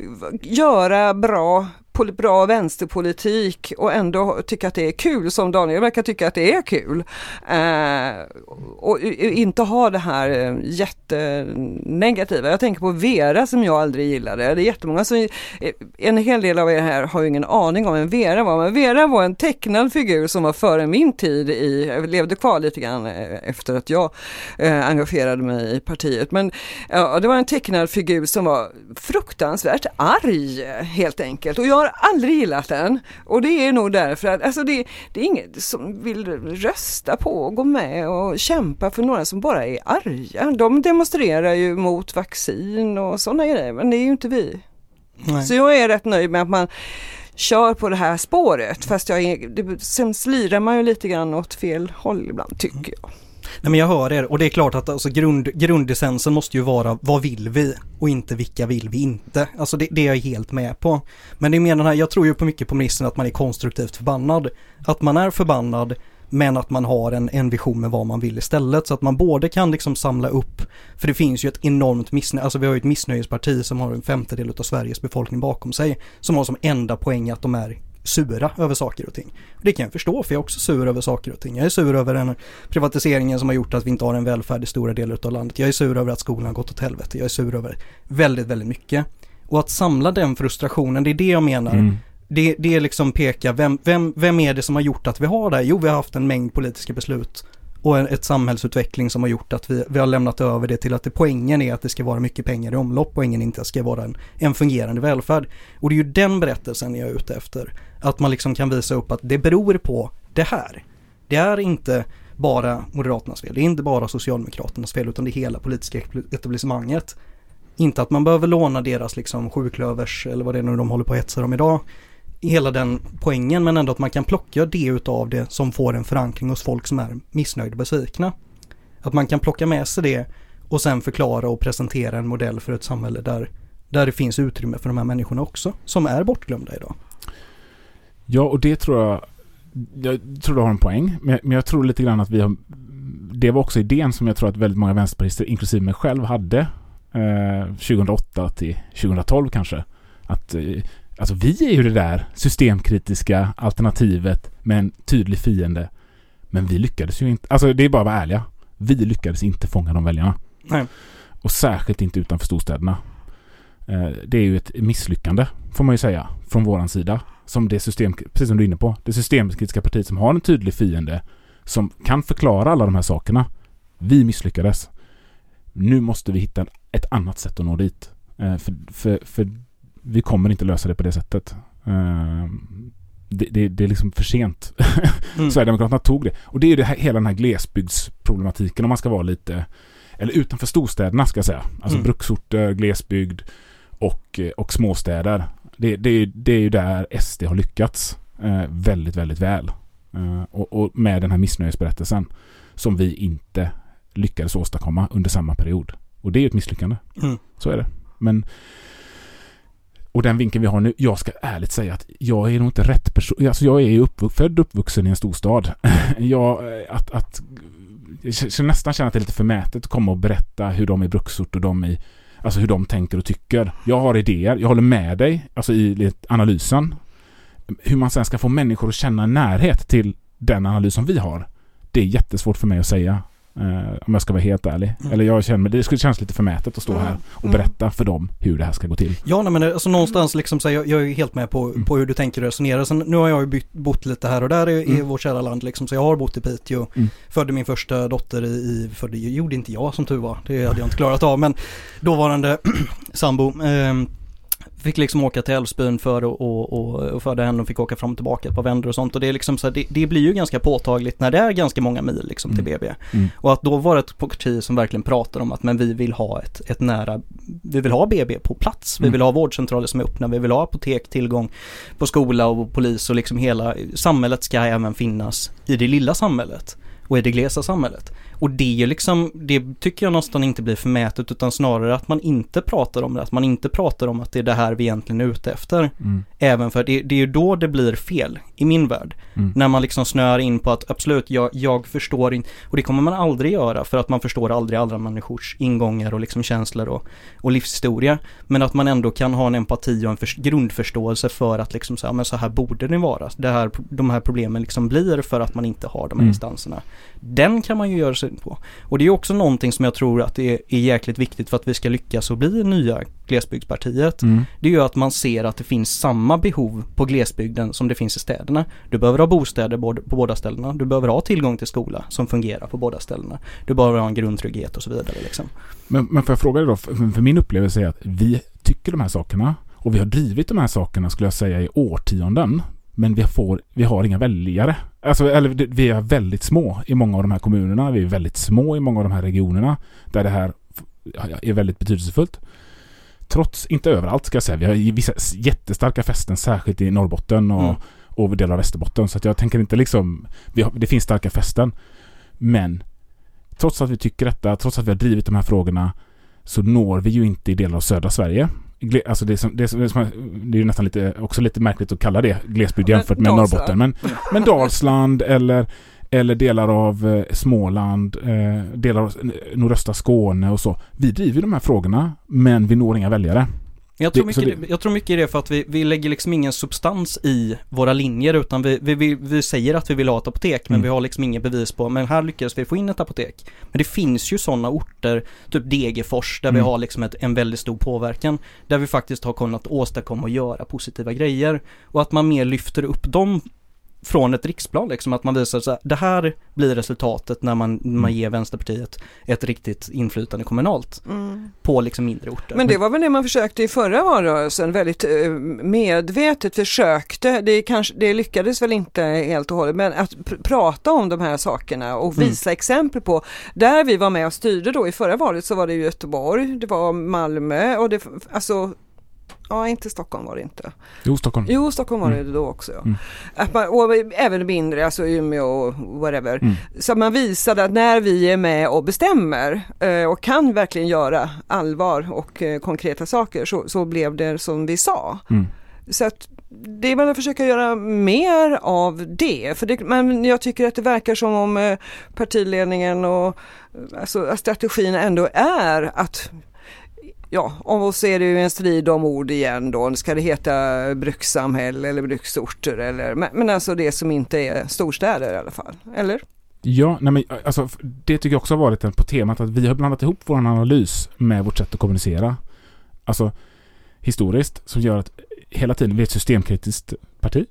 göra bra bra vänsterpolitik och ändå tycka att det är kul, som Daniel verkar tycka att det är kul. Eh, och inte ha det här jättenegativa. Jag tänker på Vera som jag aldrig gillade. Det är jättemånga som, en hel del av er här har ju ingen aning om vem Vera var, men Vera var en tecknad figur som var före min tid i, jag levde kvar lite grann efter att jag eh, engagerade mig i partiet. Men ja, det var en tecknad figur som var fruktansvärt arg helt enkelt. Och jag har aldrig gillat den. Och det är nog därför att alltså det, det är inget som vill rösta på och gå med och kämpa för några som bara är arga. De demonstrerar ju mot vaccin och sådana grejer, men det är ju inte vi. Nej. Så jag är rätt nöjd med att man kör på det här spåret, fast jag är, det, sen slirar man ju lite grann åt fel håll ibland, tycker jag. Nej, men jag hör er, och det är klart att alltså grund, grundessensen måste ju vara vad vill vi och inte vilka vill vi inte. Alltså det, det är jag helt med på. Men det är mer den här, jag tror ju på mycket på ministern att man är konstruktivt förbannad. Att man är förbannad men att man har en, en vision med vad man vill istället. Så att man både kan liksom samla upp, för det finns ju ett enormt missnöje, alltså vi har ju ett missnöjesparti som har en femtedel av Sveriges befolkning bakom sig, som har som enda poäng att de är sura över saker och ting. Det kan jag förstå, för jag är också sur över saker och ting. Jag är sur över den privatiseringen som har gjort att vi inte har en välfärd i stora delar av landet. Jag är sur över att skolan har gått åt helvete. Jag är sur över väldigt, väldigt mycket. Och att samla den frustrationen, det är det jag menar. Mm. Det, det är liksom peka, vem, vem, vem är det som har gjort att vi har det? Jo, vi har haft en mängd politiska beslut och en, ett samhällsutveckling som har gjort att vi, vi har lämnat över det till att det, poängen är att det ska vara mycket pengar i omlopp, poängen inte ska vara en, en fungerande välfärd. Och det är ju den berättelsen jag är ute efter. Att man liksom kan visa upp att det beror på det här. Det är inte bara Moderaternas fel, det är inte bara Socialdemokraternas fel, utan det är hela politiska etablissemanget. Inte att man behöver låna deras liksom sjuklövers eller vad det är nu de håller på att hetsa dem idag. Hela den poängen, men ändå att man kan plocka det utav det som får en förankring hos folk som är missnöjda och besvikna. Att man kan plocka med sig det och sen förklara och presentera en modell för ett samhälle där, där det finns utrymme för de här människorna också, som är bortglömda idag. Ja, och det tror jag jag tror du har en poäng, men jag, men jag tror lite grann att vi har, det var också idén som jag tror att väldigt många vänsterpartister, inklusive mig själv, hade eh, tjugohundraåtta till tjugotolv kanske. Att eh, alltså vi är ju det där systemkritiska alternativet med en tydlig fiende, men vi lyckades ju inte, alltså det är bara att vara ärliga, vi lyckades inte fånga de väljarna. Nej. Och särskilt inte utanför storstäderna. Eh, det är ju ett misslyckande, får man ju säga, från våran sida. Som det system, precis som du är inne på, det systemkritiska partiet som har en tydlig fiende som kan förklara alla de här sakerna. Vi misslyckades. Nu måste vi hitta ett annat sätt att nå dit. Eh, för, för, för vi kommer inte lösa det på det sättet. Eh, det, det, det är liksom för sent. Mm. Sverigedemokraterna tog det. Och det är ju det här, hela den här glesbygdsproblematiken, om man ska vara lite, eller utanför storstäderna ska jag säga. Alltså mm. bruksorter, glesbygd och, och småstäder. Det, det, det är ju där S D har lyckats eh, väldigt, väldigt väl. Eh, och, och med den här missnöjesberättelsen som vi inte lyckades åstadkomma under samma period. Och det är ju ett misslyckande. Mm. Så är det. Men, och den vinkeln vi har nu, jag ska ärligt säga att jag är nog inte rätt person. Alltså jag är ju uppvux- född uppvuxen i en storstad. jag, att, att, jag nästan känner att det är lite förmätet att komma och berätta hur de är bruksort och de i alltså hur de tänker och tycker. Jag har idéer, jag håller med dig alltså i analysen. Hur man sen ska få människor att känna närhet till den analys som vi har, det är jättesvårt för mig att säga. Uh, om jag ska vara helt ärlig. Mm. Eller jag känner, det skulle kännas lite förmätet att stå här och berätta för dem hur det här ska gå till. Ja, nej, men alltså någonstans liksom så här, jag, jag är helt med på, mm. på hur du tänker och resonerar. Sen, nu har jag ju bytt, bott lite här och där i, mm. i vårt kära land liksom, så jag har bott i Piteå. Mm. Födde min första dotter i, födde, gjorde inte jag som tur var, det hade jag inte klarat av, men dåvarande sambo eh, fick liksom åka till Älvsbyn för att och, och, och föda henne och fick åka fram och tillbaka ett par vändor och sånt. Och det är liksom så här, det, det blir ju ganska påtagligt när det är ganska många mil liksom till mm. B B. Mm. Och att då vara ett parti som verkligen pratar om att men vi vill ha ett, ett nära, vi vill ha B B på plats. Mm. Vi vill ha vårdcentraler som är öppna, vi vill ha apotek, tillgång på skola och polis och liksom hela samhället ska även finnas i det lilla samhället och i det glesa samhället. Och det är liksom, det tycker jag nästan inte blir förmätet, utan snarare att man inte pratar om det, att man inte pratar om att det är det här vi egentligen är ute efter. Mm. Även för det, det är ju då det blir fel i min värld. Mm. När man liksom snör in på att absolut, jag, jag förstår inte, och det kommer man aldrig göra för att man förstår aldrig andra människors ingångar och liksom känslor och, och livshistoria. Men att man ändå kan ha en empati och en för, grundförståelse för att liksom så här, men så här borde det vara. Det här, de här problemen liksom blir för att man inte har de här mm. instanserna. Den kan man ju göra sig på. Och det är också någonting som jag tror att det är, är jäkligt viktigt för att vi ska lyckas och bli nya glesbygdspartiet. Mm. Det är ju att man ser att det finns samma behov på glesbygden som det finns i städerna. Du behöver ha bostäder på båda ställena. Du behöver ha tillgång till skola som fungerar på båda ställena. Du behöver ha en grundtrygghet och så vidare. Liksom. Men, men får jag fråga dig då, för, för min upplevelse är att vi tycker de här sakerna och vi har drivit de här sakerna skulle jag säga i årtionden. Men vi, får, vi har inga väljare. Alltså, eller vi är väldigt små i många av de här kommunerna. Vi är väldigt små i många av de här regionerna där det här är väldigt betydelsefullt. Trots, inte överallt ska jag säga. Vi har vissa jättestarka fästen, särskilt i Norrbotten och, mm. och delar av Västerbotten. Så att jag tänker inte liksom, vi har, det finns starka fästen. Men trots att vi tycker detta, trots att vi har drivit de här frågorna, så når vi ju inte i delar av södra Sverige. Alltså det, är som, det, är som, det är ju nästan lite, också lite märkligt att kalla det glesbygd jämfört med Norrbotten. Men, men Dalsland eller, eller delar av eh, Småland, eh, delar av nordöstra Skåne och så. Vi driver de här frågorna, men vi når inga väljare. Jag tror, mycket, det, jag tror mycket i det för att vi, vi lägger liksom ingen substans i våra linjer, utan vi, vi, vi, vi säger att vi vill ha ett apotek, men mm. vi har liksom ingen bevis på, men här lyckas vi få in ett apotek. Men det finns ju sådana orter, typ Degerfors, där mm. vi har liksom ett, en väldigt stor påverkan, där vi faktiskt har kunnat åstadkomma och göra positiva grejer, och att man mer lyfter upp de från ett riksplan liksom, att man visar så här, det här blir resultatet när man, mm. man ger Vänsterpartiet ett riktigt inflytande kommunalt mm. på liksom mindre orter. Men det var väl det man försökte i förra valrörelsen, väldigt medvetet försökte, det, kanske, det lyckades väl inte helt och hållet, men att pr- prata om de här sakerna och visa mm. exempel på, där vi var med och styrde då i förra valet så var det Göteborg, det var Malmö och det, alltså ja, inte Stockholm var det inte. Jo, Stockholm. Jo, Stockholm var mm. det då också. Ja. Mm. Att man, och även mindre, alltså Umeå och whatever. Mm. Så man visade att när vi är med och bestämmer eh, och kan verkligen göra allvar och eh, konkreta saker så, så blev det som vi sa. Mm. Så att det är väl att försöka göra mer av det. För det, men jag tycker att det verkar som om eh, partiledningen och alltså, strategin ändå är att ja, om vi ser det ju en strid om ord igen då, ska det heta brukssamhälle eller bruksorter eller, men, men alltså det som inte är storstäder i alla fall, eller? Ja, nej men, alltså, det tycker jag också har varit en på temat att vi har blandat ihop vår analys med vårt sätt att kommunicera. Alltså historiskt, som gör att hela tiden vi är ett systemkritiskt parti.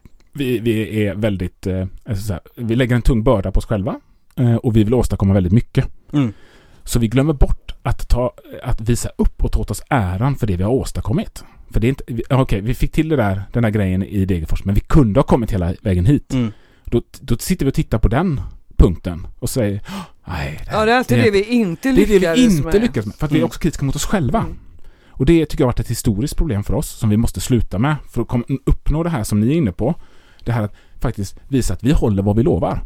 Vi, vi är väldigt, eh, alltså så här, vi lägger en tung börda på oss själva eh, och vi vill åstadkomma väldigt mycket. Mm. Så vi glömmer bort att, ta, att visa upp och ta åt oss äran för det vi har åstadkommit. För det är inte, okej, okay, vi fick till det där, den där grejen i Degerfors, men vi kunde ha kommit hela vägen hit. Mm. Då, då sitter vi och tittar på den punkten och säger, nej. Det, ja, det är alltid det, det vi inte lyckades med. Det är det vi inte med. lyckas med, för att mm. vi är också kritiska mot oss själva. Mm. Och det tycker jag har varit ett historiskt problem för oss som vi måste sluta med för att kom, uppnå det här som ni är inne på. Det här att faktiskt visa att vi håller vad vi lovar.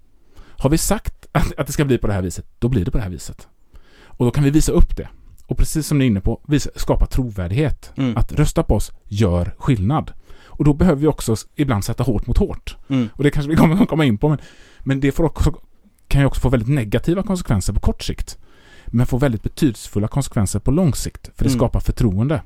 Har vi sagt att, att det ska bli på det här viset, då blir det på det här viset. Och då kan vi visa upp det. Och precis som ni är inne på, visa, skapa trovärdighet. Mm. Att rösta på oss gör skillnad. Och då behöver vi också ibland sätta hårt mot hårt. Mm. Och det kanske vi kommer komma in på. Men, men det får också, kan ju också få väldigt negativa konsekvenser på kort sikt. Men får väldigt betydelsefulla konsekvenser på lång sikt. För det mm. skapar förtroende.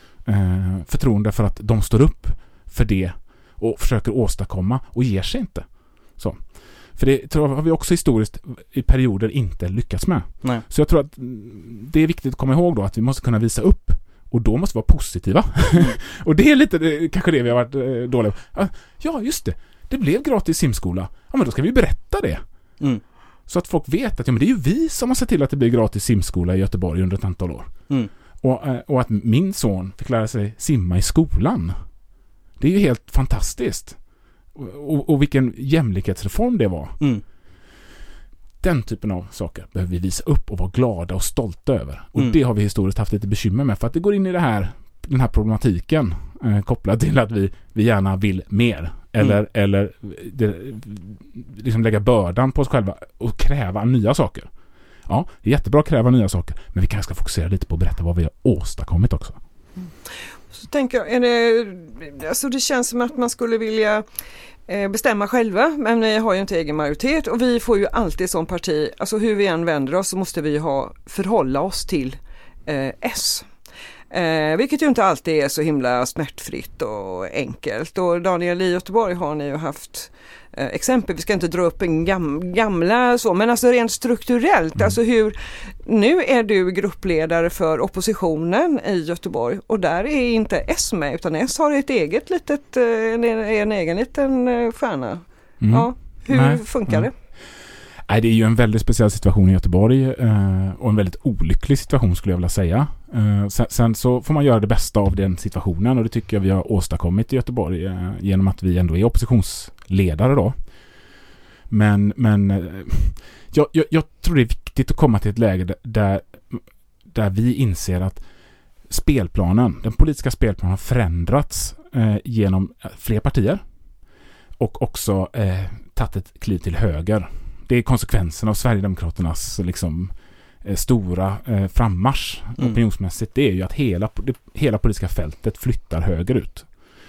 Eh, förtroende för att de står upp för det. Och försöker åstadkomma. Och ger sig inte. Så. För det tror jag har vi också historiskt i perioder inte lyckats med. Nej. Så jag tror att det är viktigt att komma ihåg då att vi måste kunna visa upp. Och då måste vi vara positiva. Mm. Och det är lite det, kanske det vi har varit eh, dåliga på. Ja, just det. Det blev gratis simskola. Ja, men då ska vi berätta det. Mm. Så att folk vet att ja, men det är ju vi som har sett till att det blir gratis simskola i Göteborg under ett antal år. Mm. Och, eh, och att min son fick lära sig simma i skolan. Det är ju helt fantastiskt. Och, och vilken jämlikhetsreform det var. Mm. Den typen av saker behöver vi visa upp och vara glada och stolta över. Och mm. det har vi historiskt haft lite bekymmer med. För att det går in i det här, den här problematiken eh, kopplat till att vi, vi gärna vill mer. Eller, mm. eller det, liksom lägga bördan på oss själva och kräva nya saker. Ja, det är jättebra att kräva nya saker. Men vi kanske ska fokusera lite på att berätta vad vi har åstadkommit också. Mm. Så tänker jag, är det, alltså det känns som att man skulle vilja eh, bestämma själva, men vi har ju inte egen majoritet och vi får ju alltid som parti, alltså hur vi än vänder oss så måste vi ha förhålla oss till eh, S. Eh, vilket ju inte alltid är så himla smärtfritt och enkelt. Och Daniel, i Göteborg har ni ju haft eh, exempel, vi ska inte dra upp en gam, gamla så, men alltså rent strukturellt, mm. alltså hur, nu är du gruppledare för oppositionen i Göteborg och där är inte S med, utan S har ett eget litet, en, en egen liten stjärna. Mm. Ja, hur Nej. funkar mm. det? Nej, det är ju en väldigt speciell situation i Göteborg eh, och en väldigt olycklig situation skulle jag vilja säga. Eh, sen, sen så får man göra det bästa av den situationen och det tycker jag vi har åstadkommit i Göteborg eh, genom att vi ändå är oppositionsledare då. Men, men eh, jag, jag, jag tror det är viktigt att komma till ett läge där, där vi inser att spelplanen, den politiska spelplanen har förändrats eh, genom fler partier och också eh, tagit ett kliv till höger. Det är konsekvensen av Sverigedemokraternas liksom, eh, stora eh, frammarsch mm. opinionsmässigt. Det är ju att hela, det, hela politiska fältet flyttar högerut.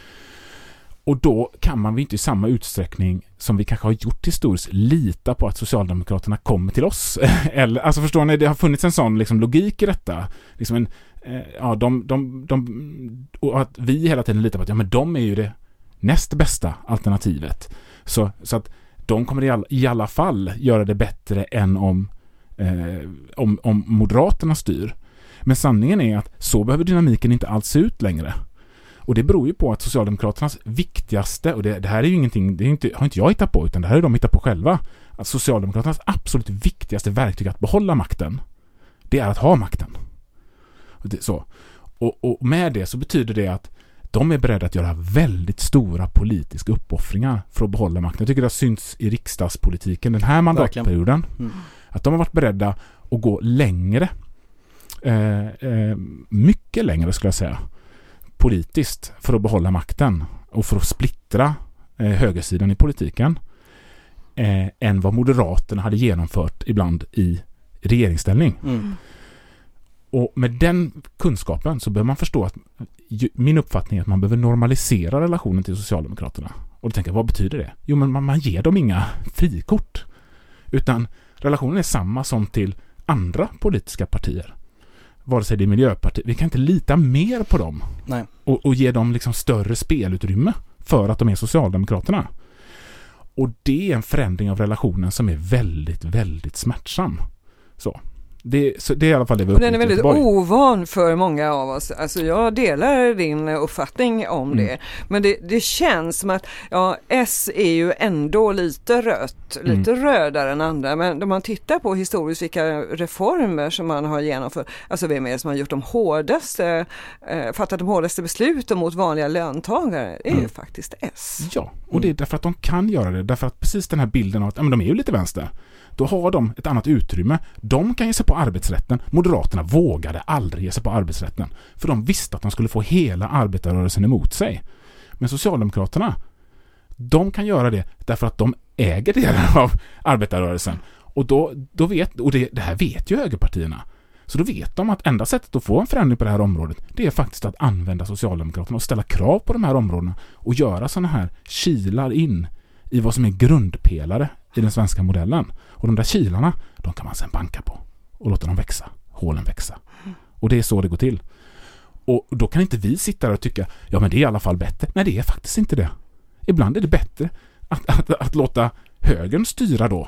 Och då kan man väl inte i samma utsträckning som vi kanske har gjort historiskt lita på att Socialdemokraterna kommer till oss. Eller, alltså förstår ni, det har funnits en sån liksom, logik i detta. Liksom en, eh, ja, de, de, de, och att vi hela tiden litar på att ja, men de är ju det näst bästa alternativet. Så, så att de kommer i alla, i alla fall göra det bättre än om, eh, om, om Moderaterna styr. Men sanningen är att så behöver dynamiken inte alls se ut längre. Och det beror ju på att Socialdemokraternas viktigaste, och det, det här är ju ingenting, det är inte, har inte jag hittat på, utan det här är de hittat på själva, att Socialdemokraternas absolut viktigaste verktyg att behålla makten, det är att ha makten. Och, det, så. Och, och med det så betyder det att de är beredda att göra väldigt stora politiska uppoffringar för att behålla makten. Jag tycker det har synts i riksdagspolitiken den här mandatperioden. Mm. Att de har varit beredda att gå längre, eh, eh, mycket längre skulle jag säga, politiskt för att behålla makten och för att splittra eh, högersidan i politiken eh, än vad Moderaterna hade genomfört ibland i regeringsställning. Mm. Och med den kunskapen så behöver man förstå att min uppfattning är att man behöver normalisera relationen till Socialdemokraterna. Och då tänker jag, vad betyder det? Jo, men man, man ger dem inga frikort. Utan relationen är samma som till andra politiska partier. Vare sig det är Miljöpartiet. Vi kan inte lita mer på dem. Nej. Och, och ge dem liksom större spelutrymme för att de är Socialdemokraterna. Och det är en förändring av relationen som är väldigt, väldigt smärtsam. Så. Det, så det är i alla fall det vi upplever. Den är väldigt ovan för många av oss. Alltså jag delar din uppfattning om mm. det. Men det, det känns som att ja, S är ju ändå lite rött. Lite mm. rödare än andra. Men om man tittar på historiskt vilka reformer som man har genomfört. Alltså vem är det som har gjort de hårdaste, eh, fattat de hårdaste besluten mot vanliga löntagare? Det är mm. ju faktiskt S. Ja, och det är därför att de kan göra det. Därför att precis den här bilden av att ja, men de är ju lite vänster. Då har de ett annat utrymme. De kan ge sig på arbetsrätten. Moderaterna vågade aldrig ge sig på arbetsrätten. För de visste att de skulle få hela arbetarrörelsen emot sig. Men Socialdemokraterna, de kan göra det därför att de äger delar av arbetarrörelsen. Och, då, då vet, och det, det här vet ju högerpartierna. Så då vet de att enda sättet att få en förändring på det här området, det är faktiskt att använda Socialdemokraterna och ställa krav på de här områdena och göra sådana här kilar in i vad som är grundpelare i den svenska modellen. Och de där kilarna, de kan man sedan banka på och låta dem växa, hålen växa. Och det är så det går till. Och då kan inte vi sitta där och tycka, ja men det är i alla fall bättre. Nej, det är faktiskt inte det. Ibland är det bättre att, att, att låta högern styra då.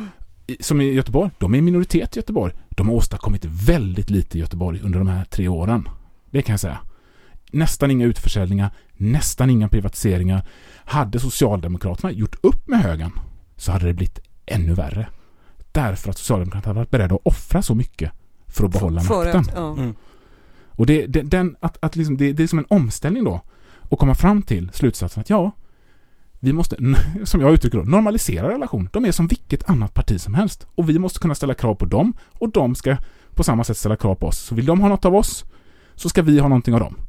Som i Göteborg, de är en minoritet i Göteborg. De har åstadkommit väldigt lite i Göteborg under de här tre åren. Det kan jag säga. Nästan inga utförsäljningar, nästan inga privatiseringar. Hade Socialdemokraterna gjort upp med högern så hade det blivit ännu värre. Därför att Socialdemokraterna hade varit beredda att offra så mycket för att behålla för makten. Att, ja. mm. Och det, det, den, att, att liksom, det, det är som en omställning då. Och komma fram till slutsatsen att ja, vi måste, som jag uttrycker då, normalisera relationen. De är som vilket annat parti som helst. Och vi måste kunna ställa krav på dem. Och de ska på samma sätt ställa krav på oss. Så vill de ha något av oss, så ska vi ha någonting av dem.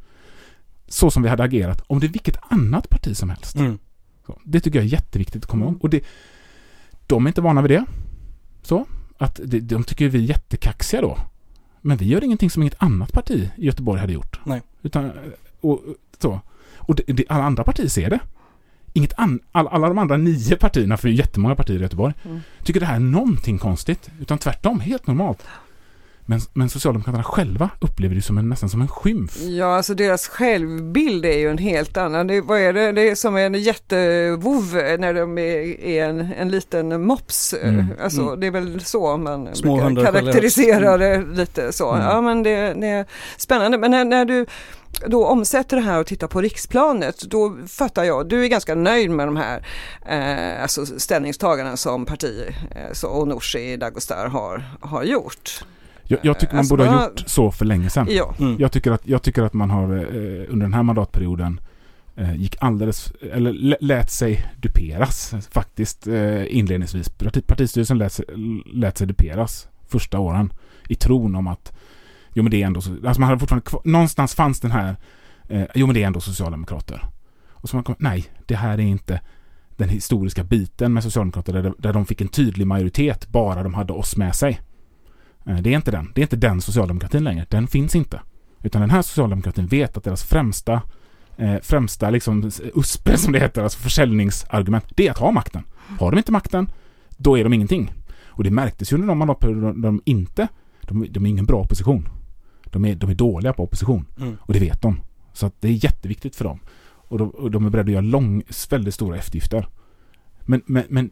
Så som vi hade agerat om det är vilket annat parti som helst. Mm. Så, det tycker jag är jätteviktigt att komma ihåg. Och det, de är inte vana vid det. Så, att det, de tycker vi är jättekaxiga då. Men vi gör ingenting som inget annat parti i Göteborg hade gjort. Nej. Utan, och, så. Och det, det, alla andra partier ser det. Inget an, all, alla de andra nio partierna, för det är jättemånga partier i Göteborg, mm. tycker det här är någonting konstigt. Utan tvärtom, helt normalt. Men, men Socialdemokraterna själva upplever det som en, nästan som en skymf. Ja, alltså deras självbild är ju en helt annan. Det, vad är det? Det är som en jättevov när de är, är en, en liten mops. Mm. Alltså, mm. Det är väl så man brukar karaktärisera det lite så. Mm. Ja, men det, det är spännande. Men när, när du då omsätter det här och tittar på riksplanet, då fattar jag, du är ganska nöjd med de här eh, alltså ställningstagarna som parti eh, så, och Nooshi Dadgostar har, har gjort. Jag, jag tycker man alltså, borde ha gjort så för länge sedan. Ja. Mm. Jag, tycker att, jag tycker att man har eh, under den här mandatperioden eh, gick alldeles, eller lät sig duperas faktiskt eh, inledningsvis. Partistyrelsen lät sig, lät sig duperas första åren i tron om att jo men det är ändå så, alltså man hade fortfarande kvar, någonstans fanns den här eh, jo men det är ändå socialdemokrater. Och så man kom, nej, det här är inte den historiska biten med socialdemokrater där, där de fick en tydlig majoritet bara de hade oss med sig. Det är inte den. Det är inte den socialdemokratin längre. Den finns inte. Utan den här socialdemokratin vet att deras främsta eh, främsta liksom U S P som det heter, alltså försäljningsargument, det är att ha makten. Har de inte makten, då är de ingenting. Och det märktes ju under de mandatperioder de inte, de, de är ingen bra opposition. De är, de är dåliga på opposition. Mm. Och det vet de. Så att det är jätteviktigt för dem. Och de, och de är beredda att göra lång, väldigt stora eftergifter. Men, men, men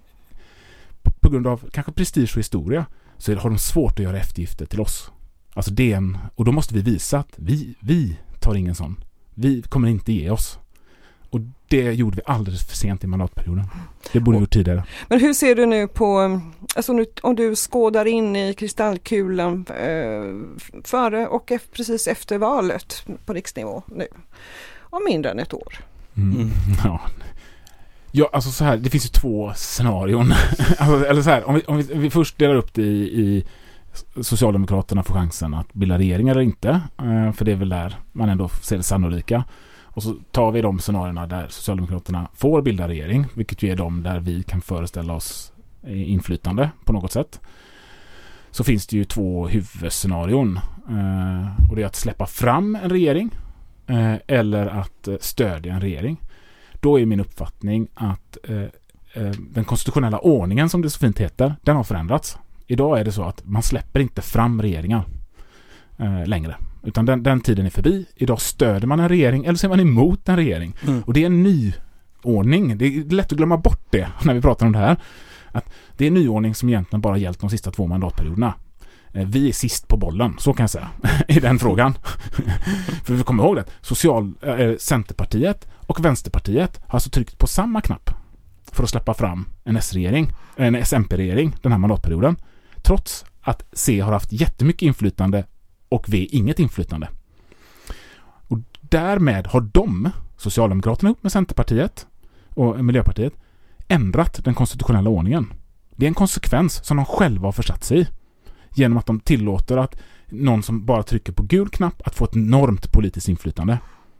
på, på grund av kanske prestige och historia så har de svårt att göra eftergifter till oss. Alltså det är en, och då måste vi visa att vi, vi tar ingen sån Vi kommer inte ge oss. Och det gjorde vi alldeles för sent i mandatperioden. Det borde vi gjort tidigare. Men hur ser du nu på, alltså nu, om du skådar in i kristallkulan eh, före och efter, precis efter valet på riksnivå nu, om mindre än ett år? Mm. Mm. Ja. Ja, alltså så här, det finns ju två scenarion. alltså, eller så här, om vi, om, vi, om vi först delar upp det i, i Socialdemokraterna får chansen att bilda regering eller inte. Eh, för det är väl där man ändå ser det sannolika. Och så tar vi de scenarierna där Socialdemokraterna får bilda regering, vilket ju är de där vi kan föreställa oss inflytande på något sätt. Så finns det ju två huvudscenarion. Eh, och det är att släppa fram en regering eh, eller att eh, stödja en regering. Då är min uppfattning att eh, eh, den konstitutionella ordningen, som det så fint heter, den har förändrats. Idag är det så att man släpper inte fram regeringar eh, längre. Utan den, den tiden är förbi. Idag stöder man en regering eller så är man emot en regering. Mm. Och det är en ny ordning. Det är lätt att glömma bort det när vi pratar om det här. Att det är en nyordning som egentligen bara gällt de sista två mandatperioderna. Vi är sist på bollen, så kan jag säga, i den frågan. För vi kommer ihåg det. Social, äh, Centerpartiet och Vänsterpartiet har alltså tryckt på samma knapp för att släppa fram en S-regering, en S M P-regering den här mandatperioden. Trots att C har haft jättemycket inflytande och V inget inflytande. Och därmed har de, Socialdemokraterna ihop med Centerpartiet och Miljöpartiet, ändrat den konstitutionella ordningen. Det är en konsekvens som de själva har försatt sig i. Genom att de tillåter att någon som bara trycker på gul knapp att få ett enormt politiskt inflytande.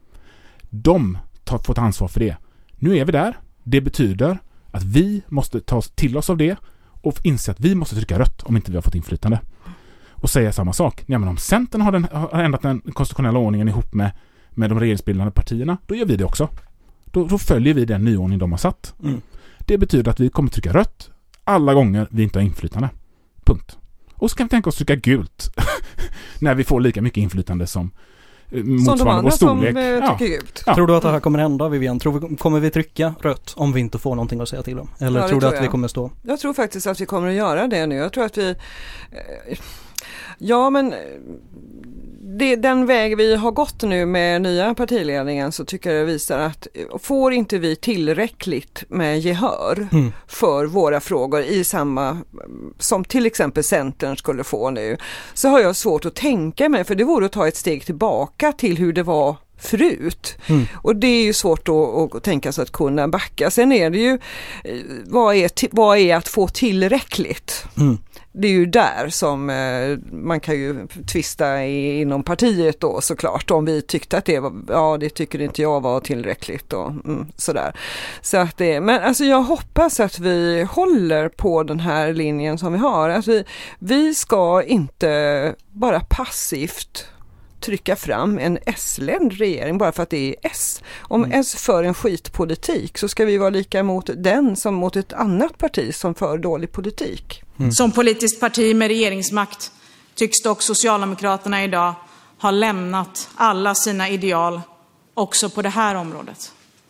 De tar fått ansvar för det. Nu är vi där. Det betyder att vi måste ta till oss av det och inse att vi måste trycka rött om inte vi har fått inflytande. Och säga samma sak. Ja, men om Centern har, den, har ändrat den konstitutionella ordningen ihop med, med de regeringsbildande partierna, då gör vi det också. Då, då följer vi den nyordning de har satt. Mm. Det betyder att vi kommer trycka rött alla gånger vi inte har inflytande. Punkt. Och så kan vi tänka oss trycka gult när vi får lika mycket inflytande som motsvarande vår storlek. Som, eh, ja. Gult. Ja. Tror du att det här kommer hända, Vivian? Tror vi, kommer vi trycka rött om vi inte får någonting att säga till om? Eller ja, tror du att jag. vi kommer stå? Jag tror faktiskt att vi kommer att göra det nu. Jag tror att vi... Eh, ja, men... Det, den väg vi har gått nu med nya partiledningen, så tycker jag det visar att får inte vi tillräckligt med gehör mm. för våra frågor i samma som till exempel Centern skulle få nu, så har jag svårt att tänka mig, för det vore att ta ett steg tillbaka till hur det var förut. Mm. Och det är ju svårt att, att tänka sig att kunna backa. Sen är det ju vad är, vad är att få tillräckligt? Mm. Det är ju där som eh, man kan ju tvista i, inom partiet då, såklart, om vi tyckte att det var, ja det tycker inte jag var tillräckligt och mm, sådär. Så att det, men alltså jag hoppas att vi håller på den här linjen som vi har. Att vi, vi ska inte bara passivt trycka fram en S-ledd regering bara för att det är S. Om mm. S för en skitpolitik, så ska vi vara lika mot den som mot ett annat parti som för dålig politik. Mm. Som politiskt parti med regeringsmakt tycks dock Socialdemokraterna idag ha lämnat alla sina ideal också på det här området.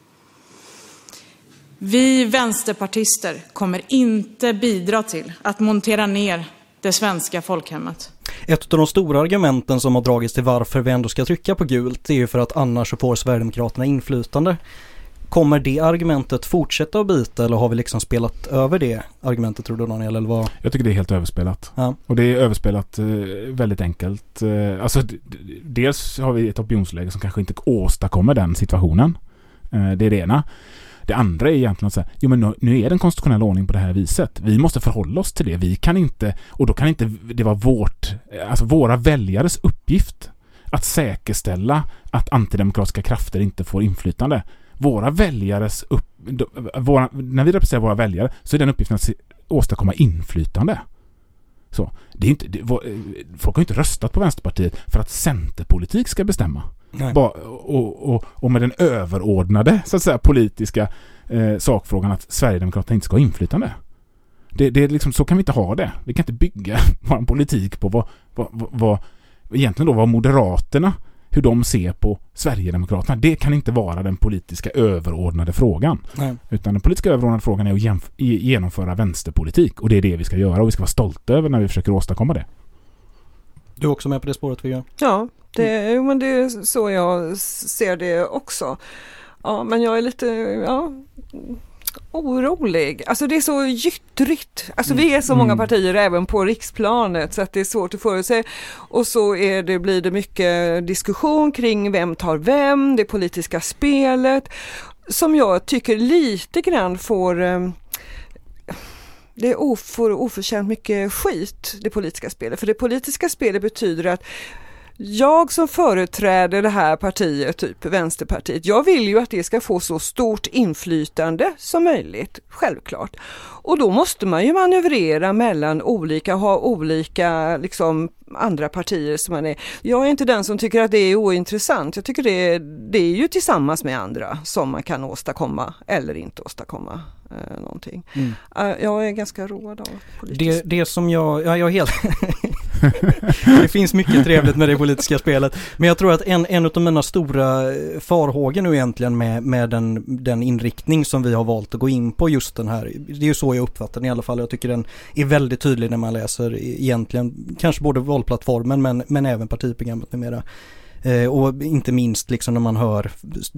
Vi vänsterpartister kommer inte bidra till att montera ner det svenska folkhemmet. Ett av de stora argumenten som har dragits till varför vi ändå ska trycka på gult är ju för att annars så får Sverigedemokraterna inflytande. Kommer det argumentet fortsätta att bita, eller har vi liksom spelat över det argumentet, tror du, Daniel? Eller vad? Jag tycker det är helt överspelat. Ja. Och det är överspelat eh, väldigt enkelt. Eh, alltså, d- dels har vi ett opinionsläge som kanske inte åstadkommer den situationen. Eh, det är det ena. Det andra är egentligen att säga, jo men nu är det en konstitutionell ordning på det här viset. Vi måste förhålla oss till det. Vi kan inte, och då kan inte det vara vårt, alltså våra väljares uppgift att säkerställa att antidemokratiska krafter inte får inflytande. Våra väljares upp, våra, när vi representerar våra väljare, så är den uppgiften att åstadkomma inflytande. Så, det är inte, det, folk har inte röstat på Vänsterpartiet för att centerpolitik ska bestämma. Ba, och, och, och med den överordnade, så att säga, politiska eh, sakfrågan att Sverigedemokraterna inte ska ha inflytande. Det, det är liksom, så kan vi inte ha det. Vi kan inte bygga vår politik på vad, vad, vad, vad egentligen då vad Moderaterna, hur de ser på Sverigedemokraterna. Det kan inte vara den politiska överordnade frågan. Nej. Utan den politiska överordnade frågan är att jämf- genomföra vänsterpolitik. Och det är det vi ska göra, och vi ska vara stolta över när vi försöker åstadkomma det. Du är också med på det spåret, Vigga? Ja, det, mm. men det är så jag ser det också. Ja, men jag är lite ja, orolig. Alltså det är så gyttrigt. Alltså mm. vi är så många mm. partier även på riksplanet så att det är svårt att förutse. Och så är det, blir det mycket diskussion kring vem tar vem, det politiska spelet som jag tycker lite grann får... Det får oförtjänt mycket skit, det politiska spelet. För det politiska spelet betyder att jag som företräder det här partiet, typ Vänsterpartiet, jag vill ju att det ska få så stort inflytande som möjligt, självklart. Och då måste man ju manövrera mellan olika, ha olika liksom andra partier som man är. Jag är inte den som tycker att det är ointressant. Jag tycker det är, det är ju tillsammans med andra som man kan åstadkomma eller inte åstadkomma eh, någonting. Mm. Uh, jag är ganska road av politiskt. Det, det som jag, ja, jag är helt... Det finns mycket trevligt med det politiska spelet. Men jag tror att en, en av mina stora farhågor nu egentligen med, med den, den inriktning som vi har valt att gå in på just den här. Det är ju så jag uppfattar den i alla fall. Jag tycker den är väldigt tydlig när man läser egentligen kanske både valplattformen men, men även partiprogrammet med mera. Eh, och inte minst liksom när man hör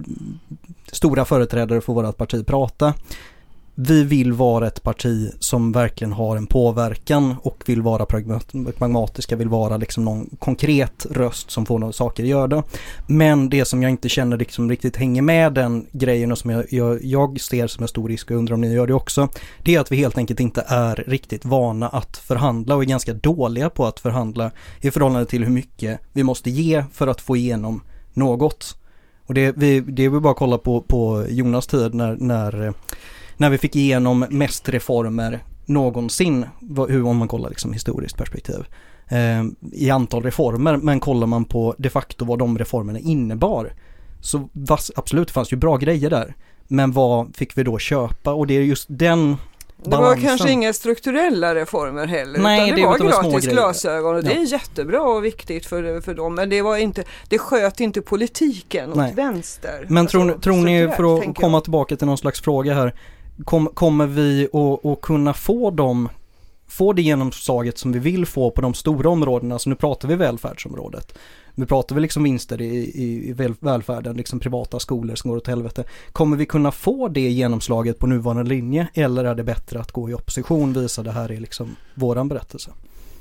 stora företrädare för vårt parti prata. Vi vill vara ett parti som verkligen har en påverkan och vill vara pragmatiska, vill vara liksom någon konkret röst som får några saker att göra. Men det som jag inte känner liksom riktigt hänger med den grejen och som jag, jag, jag ser som en stor risk och undrar om ni gör det också, det är att vi helt enkelt inte är riktigt vana att förhandla och är ganska dåliga på att förhandla i förhållande till hur mycket vi måste ge för att få igenom något. Och det, vi, det är vi bara kolla på, på Jonas tid när, när När vi fick igenom mest reformer någonsin, hur om man kollar liksom historiskt perspektiv, eh, i antal reformer, men kollar man på de facto vad de reformerna innebar, så vas, absolut fanns ju bra grejer där. Men vad fick vi då köpa? Och det är just den Det var balansen. Kanske inga strukturella reformer heller. Nej, utan det, det var var gratis glasögon och ja. det är jättebra och viktigt för, för dem. Men det var inte, det sköt inte politiken åt Nej. vänster. Men alltså, tror, tror ni, för att komma jag. tillbaka till någon slags fråga här, Kom, kommer vi att, att kunna få dem få det genomslaget som vi vill få på de stora områdena? Så nu pratar vi välfärdsområdet. Nu pratar vi liksom vinster i, i, i välfärden, liksom privata skolor som går åt helvete. Kommer vi kunna få det genomslaget på nuvarande linje, eller är det bättre att gå i opposition, visa det här är liksom våran berättelse?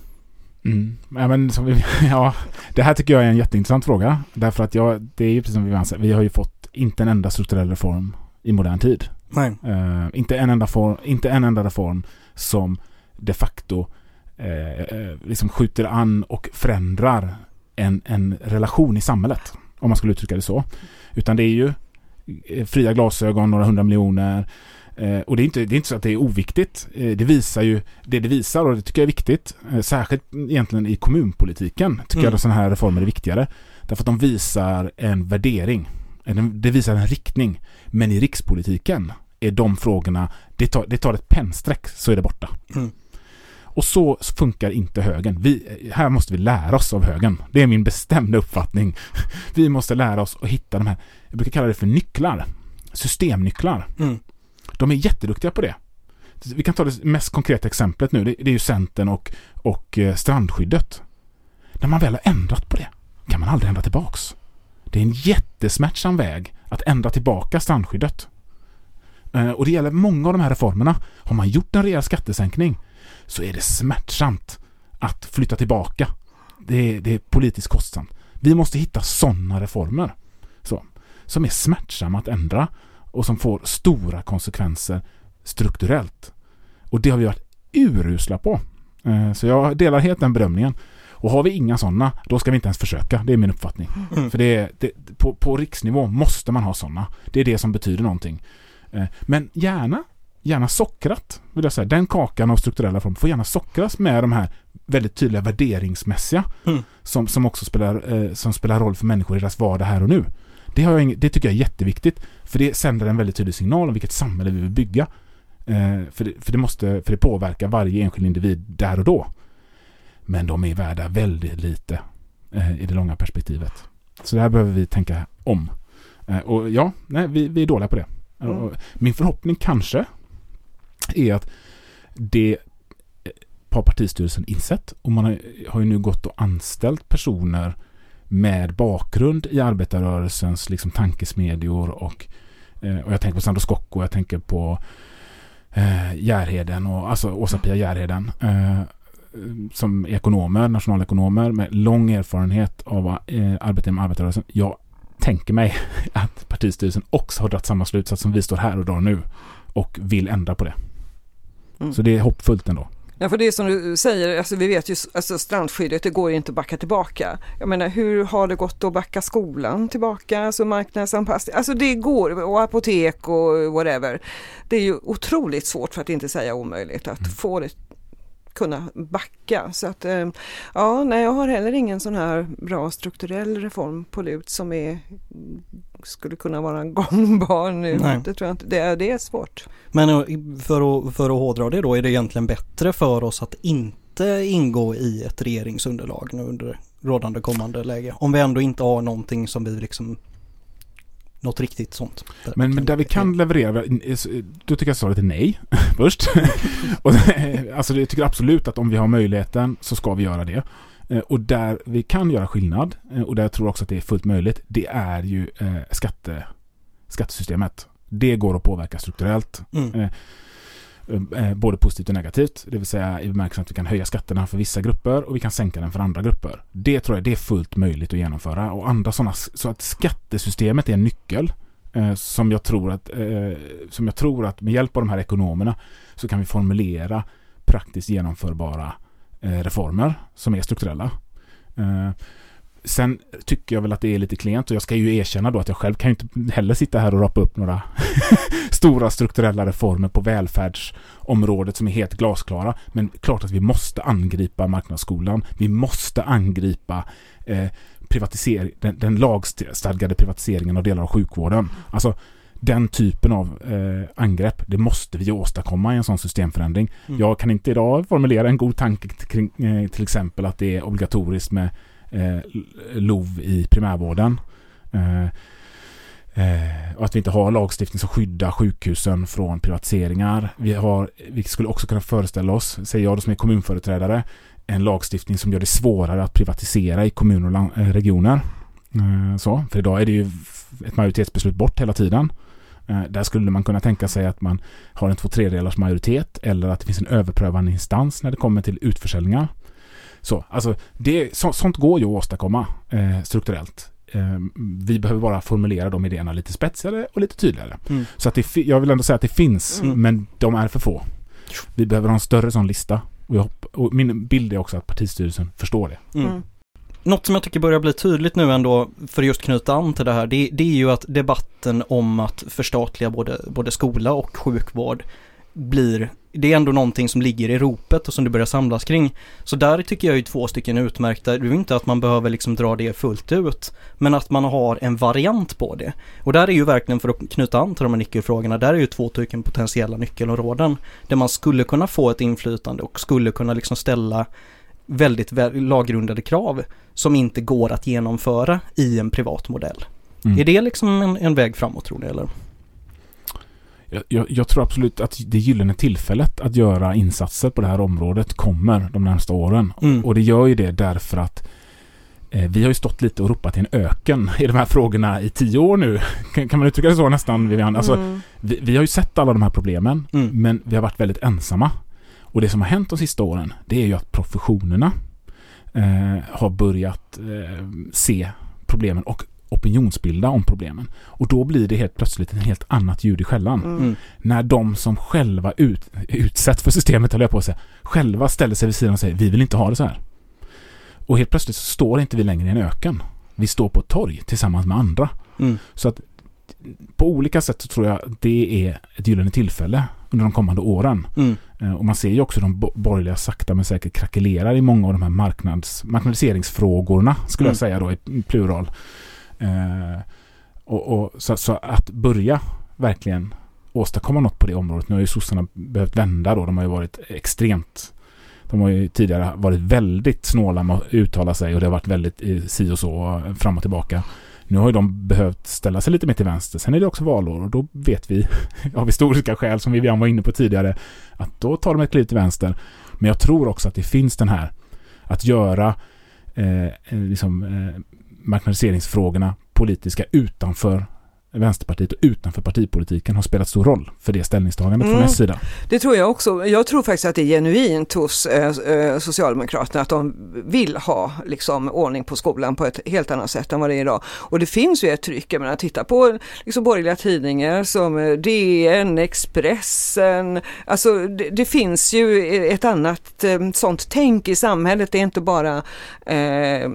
Mm. Ja, men som vi, ja, det här tycker jag är en jätteintressant fråga. Därför att jag, det är ju precis som vi anser, vi har ju fått inte en enda strukturell reform i modern tid. Nej. Uh, inte, en enda form, inte en enda reform som de facto uh, liksom skjuter an och förändrar en, en relation i samhället, om man skulle uttrycka det så. Utan det är ju fria glasögon, några hundra miljoner. Uh, och det är, inte, det är inte så att det är oviktigt. Uh, det visar ju, det det visar, och det tycker jag är viktigt, uh, särskilt egentligen i kommunpolitiken tycker mm. jag att sådana här reformer är viktigare. Därför att de visar en värdering. Det visar en riktning. Men i rikspolitiken är de frågorna, det tar, det tar ett pennsträck så är det borta. Mm. Och så funkar inte högern. Vi, här måste vi lära oss av högern. Det är min bestämda uppfattning. Vi måste lära oss att hitta de här, jag brukar kalla det för nycklar. Systemnycklar. Mm. De är jätteduktiga på det. Vi kan ta det mest konkreta exemplet nu. Det, det är ju Centern och, och eh, strandskyddet. När man väl har ändrat på det kan man aldrig ändra tillbaks. Det är en jättesmärtsam väg att ändra tillbaka strandskyddet. Eh, och det gäller många av de här reformerna. Har man gjort en rejäl skattesänkning så är det smärtsamt att flytta tillbaka. Det är, det är politiskt kostsamt. Vi måste hitta sådana reformer så, som är smärtsamma att ändra och som får stora konsekvenser strukturellt. Och det har vi varit urusla på. Eh, så jag delar helt den bedömningen. Och har vi inga sådana, då ska vi inte ens försöka. Det är min uppfattning. Mm. För det är, det, på, på riksnivå måste man ha sådana. Det är det som betyder någonting. Eh, men gärna, gärna sockrat, vill jag säga. Den kakan av strukturella former får gärna sockras med de här väldigt tydliga värderingsmässiga mm. som, som också spelar, eh, som spelar roll för människor i deras vardag här och nu. Det, har jag ing- det tycker jag är jätteviktigt. För det sänder en väldigt tydlig signal om vilket samhälle vi vill bygga. Eh, för, det, för, det måste, för det påverkar varje enskild individ där och då. Men de är värda väldigt lite eh, i det långa perspektivet. Så det här behöver vi tänka om. Eh, och ja, nej, vi, vi är dåliga på det. Mm. Och min förhoppning kanske är att det har partistyrelsen insett, och man har, har ju nu gått och anställt personer med bakgrund i arbetarrörelsens liksom tankesmedjor och, eh, och jag tänker på Sandro Scocco, jag tänker på eh, Järheden och alltså Åsa-Pia Järheden eh, som ekonomer, nationalekonomer med lång erfarenhet av eh, arbete med arbetarrörelsen. Jag tänker mig att partistyrelsen också har dragit samma slutsats som vi står här och drar nu och vill ändra på det. Mm. Så det är hoppfullt ändå. Ja, för det är som du säger, alltså vi vet ju, alltså strandskyddet, det går ju inte att backa tillbaka. Jag menar, hur har det gått att backa skolan tillbaka, alltså marknadsanpassning, alltså det går, och apotek och whatever. Det är ju otroligt svårt, för att inte säga omöjligt, att mm. få det kunna backa. Så att, ja, nej, jag har heller ingen sån här bra strukturell reform på lut som är, skulle kunna vara gångbar nu. Nej. Det tror jag inte, det är, det är svårt. Men för att, för att hårdra det då, är det egentligen bättre för oss att inte ingå i ett regeringsunderlag nu under rådande kommande läge? Om vi ändå inte har någonting som vi liksom, något riktigt sånt. Men, men där vi kan leverera, då tycker jag svaret är nej först. och, alltså jag tycker absolut att om vi har möjligheten så ska vi göra det. Och där vi kan göra skillnad, och där jag tror också att det är fullt möjligt, det är ju eh, skatte, skattesystemet. Det går att påverka strukturellt. Mm. Eh, eh, både positivt och negativt. Det vill säga i bemärkelsen att vi kan höja skatterna för vissa grupper och vi kan sänka den för andra grupper. Det tror jag det är fullt möjligt att genomföra. Och andra sådana, så att skattesystemet är en nyckel eh, som jag tror att eh, som jag tror att med hjälp av de här ekonomerna så kan vi formulera praktiskt genomförbara eh, reformer som är strukturella. Eh, Sen tycker jag väl att det är lite klent, och jag ska ju erkänna då att jag själv kan ju inte heller sitta här och rapa upp några stora strukturella reformer på välfärdsområdet som är helt glasklara. Men klart att vi måste angripa marknadsskolan. Vi måste angripa eh, privatisering, den, den lagstadgade privatiseringen av delar av sjukvården. Alltså den typen av eh, angrepp, det måste vi åstadkomma i en sån systemförändring. Mm. Jag kan inte idag formulera en god tanke kring eh, till exempel att det är obligatoriskt med Eh, L O V i primärvården eh, eh, och att vi inte har lagstiftning som skyddar sjukhusen från privatiseringar. Vi, har, vi skulle också kunna föreställa oss, säger jag då som är kommunföreträdare, en lagstiftning som gör det svårare att privatisera i kommuner och land, eh, regioner. Eh, så, för idag är det ju ett majoritetsbeslut bort hela tiden. Eh, där skulle man kunna tänka sig att man har en två tredjedelars majoritet, eller att det finns en överprövande instans när det kommer till utförsäljningar. Så, alltså det, så, sånt går ju att åstadkomma eh, strukturellt. Eh, vi behöver bara formulera de idéerna lite spetsigare och lite tydligare. Mm. Så att det, jag vill ändå säga att det finns, mm. men de är för få. Vi behöver ha en större sån lista. Och, jag hopp, och min bild är också att partistyrelsen förstår det. Mm. Mm. Något som jag tycker börjar bli tydligt nu ändå, för just knyta an till det här, det, det är ju att debatten om att förstatliga både, både skola och sjukvård blir, det är ändå någonting som ligger i ropet och som det börjar samlas kring. Så där tycker jag ju två stycken utmärkta. Det är inte att man behöver liksom dra det fullt ut, men att man har en variant på det. Och där är ju verkligen, för att knyta an till de här nyckelfrågorna, där är ju två stycken potentiella nyckelområden där man skulle kunna få ett inflytande och skulle kunna liksom ställa väldigt laggrundade krav som inte går att genomföra i en privat modell. Mm. Är det liksom en, en väg framåt, tror ni, eller? Jag, jag, jag tror absolut att det gyllene tillfället att göra insatser på det här området kommer de närmaste åren. Mm. Och det gör ju det därför att eh, vi har ju stått lite och ropat i en öken i de här frågorna i tio år nu. Kan, kan man uttrycka det så nästan, Vivian? Alltså, mm. vi, vi har ju sett alla de här problemen, mm. men vi har varit väldigt ensamma. Och det som har hänt de sista åren, det är ju att professionerna eh, har börjat eh, se problemen och opinionsbilda om problemen. Och då blir det helt plötsligt en helt annat ljud i skällan. Mm. När de som själva ut, utsätts för systemet, håller jag på att säga, själva ställer sig vid sidan och säger, vi vill inte ha det så här. Och helt plötsligt så står inte vi längre i en öken. Vi står på ett torg tillsammans med andra. Mm. Så att på olika sätt så tror jag att det är ett gyllene tillfälle under de kommande åren. Mm. Och man ser ju också de borgerliga sakta men säkert krackelerar i många av de här marknads, marknadiseringsfrågorna, skulle mm. jag säga då i plural. Uh, och, och, så, så att börja verkligen åstadkomma något på det området. Nu har ju sossarna behövt vända då. De har ju varit extremt, de har ju tidigare varit väldigt snåla med att uttala sig, och det har varit väldigt eh, si och så fram och tillbaka. Nu har ju de behövt ställa sig lite mer till vänster. Sen är det också valår, och då vet vi av historiska skäl, som Vivian var inne på tidigare, att då tar de ett kliv till vänster. Men jag tror också att det finns den här att göra eh, liksom, eh, marknadiseringsfrågorna politiska utanför Vänsterpartiet och utanför partipolitiken har spelat stor roll för det ställningstagandet mm. från S sida. Det tror jag också. Jag tror faktiskt att det är genuint hos eh, Socialdemokraterna att de vill ha liksom, ordning på skolan på ett helt annat sätt än vad det är idag. Och det finns ju ett tryck, jag menar, titta på liksom, borgerliga tidningar som D N, Expressen, alltså det, det finns ju ett annat eh, sånt tänk i samhället. Det är inte bara eh,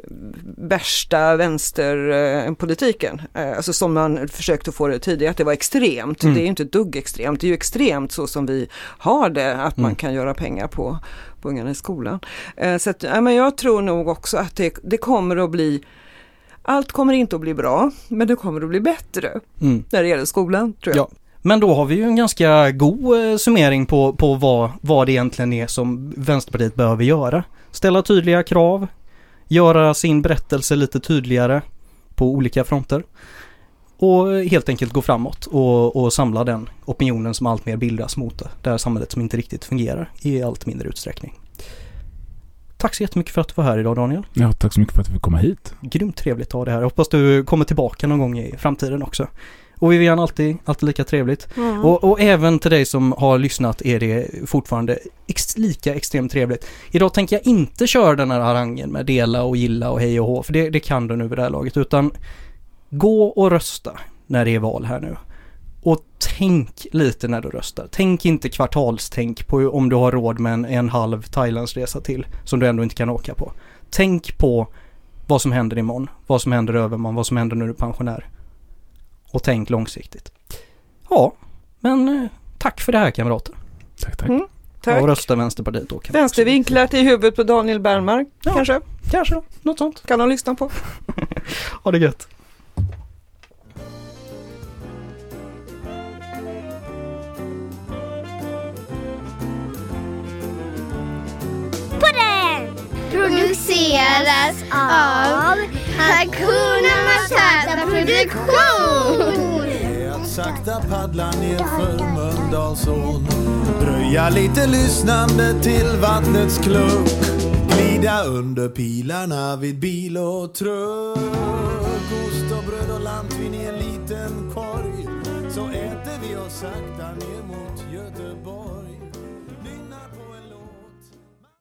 värsta vänsterpolitiken, eh, alltså som man försökte få det tidigare, att det var extremt. Mm. Det är ju inte ett dugg extremt. Det är ju extremt så som vi har det, att mm. man kan göra pengar på, på ungarna i skolan. Eh, så att, ja, men jag tror nog också att det, det kommer att bli, allt kommer inte att bli bra, men det kommer att bli bättre mm. när det gäller skolan, tror jag. Ja. Men då har vi ju en ganska god eh, summering på, på vad, vad det egentligen är som Vänsterpartiet behöver göra. Ställa tydliga krav, göra sin berättelse lite tydligare på olika fronter. Och helt enkelt gå framåt och, och samla den opinionen som allt mer bildas mot det. Det här samhället som inte riktigt fungerar i allt mindre utsträckning. Tack så jättemycket för att du var här idag, Daniel. Ja, tack så mycket för att du fick komma hit. Grymt trevligt att ha det här. Jag hoppas du kommer tillbaka någon gång i framtiden också. Och Vivian, alltid, alltid lika trevligt. Mm. Och, och även till dig som har lyssnat är det fortfarande ex, lika extremt trevligt. Idag tänker jag inte köra den här harangen med dela och gilla och hej och hå. För det, det kan du nu vid det här laget. Utan gå och rösta när det är val här nu. Och tänk lite när du röstar. Tänk inte kvartalstänk på om du har råd med en, en halv Thailandsresa till som du ändå inte kan åka på. Tänk på vad som händer imorgon, vad som händer övermorgon, vad som händer när du är pensionär. Och tänk långsiktigt. Ja, men tack för det här, kamrater. Tack, tack. Mm, tack. Ja, och rösta Vänsterpartiet då. Vänstervinklat i huvudet på Daniel Bernmark, ja, kanske? Kanske då, något sånt. Kan de lyssna på. Ha det gött. Produceras av Hakuna Matata Produktion. Det är att sakta paddla ner för Mölndalsån. Dröja lite lyssnande till vattnets klunk. Glida under pilarna vid bil och truck. Ost och bröd och lantvin i en liten korg. Så äter vi oss sakta.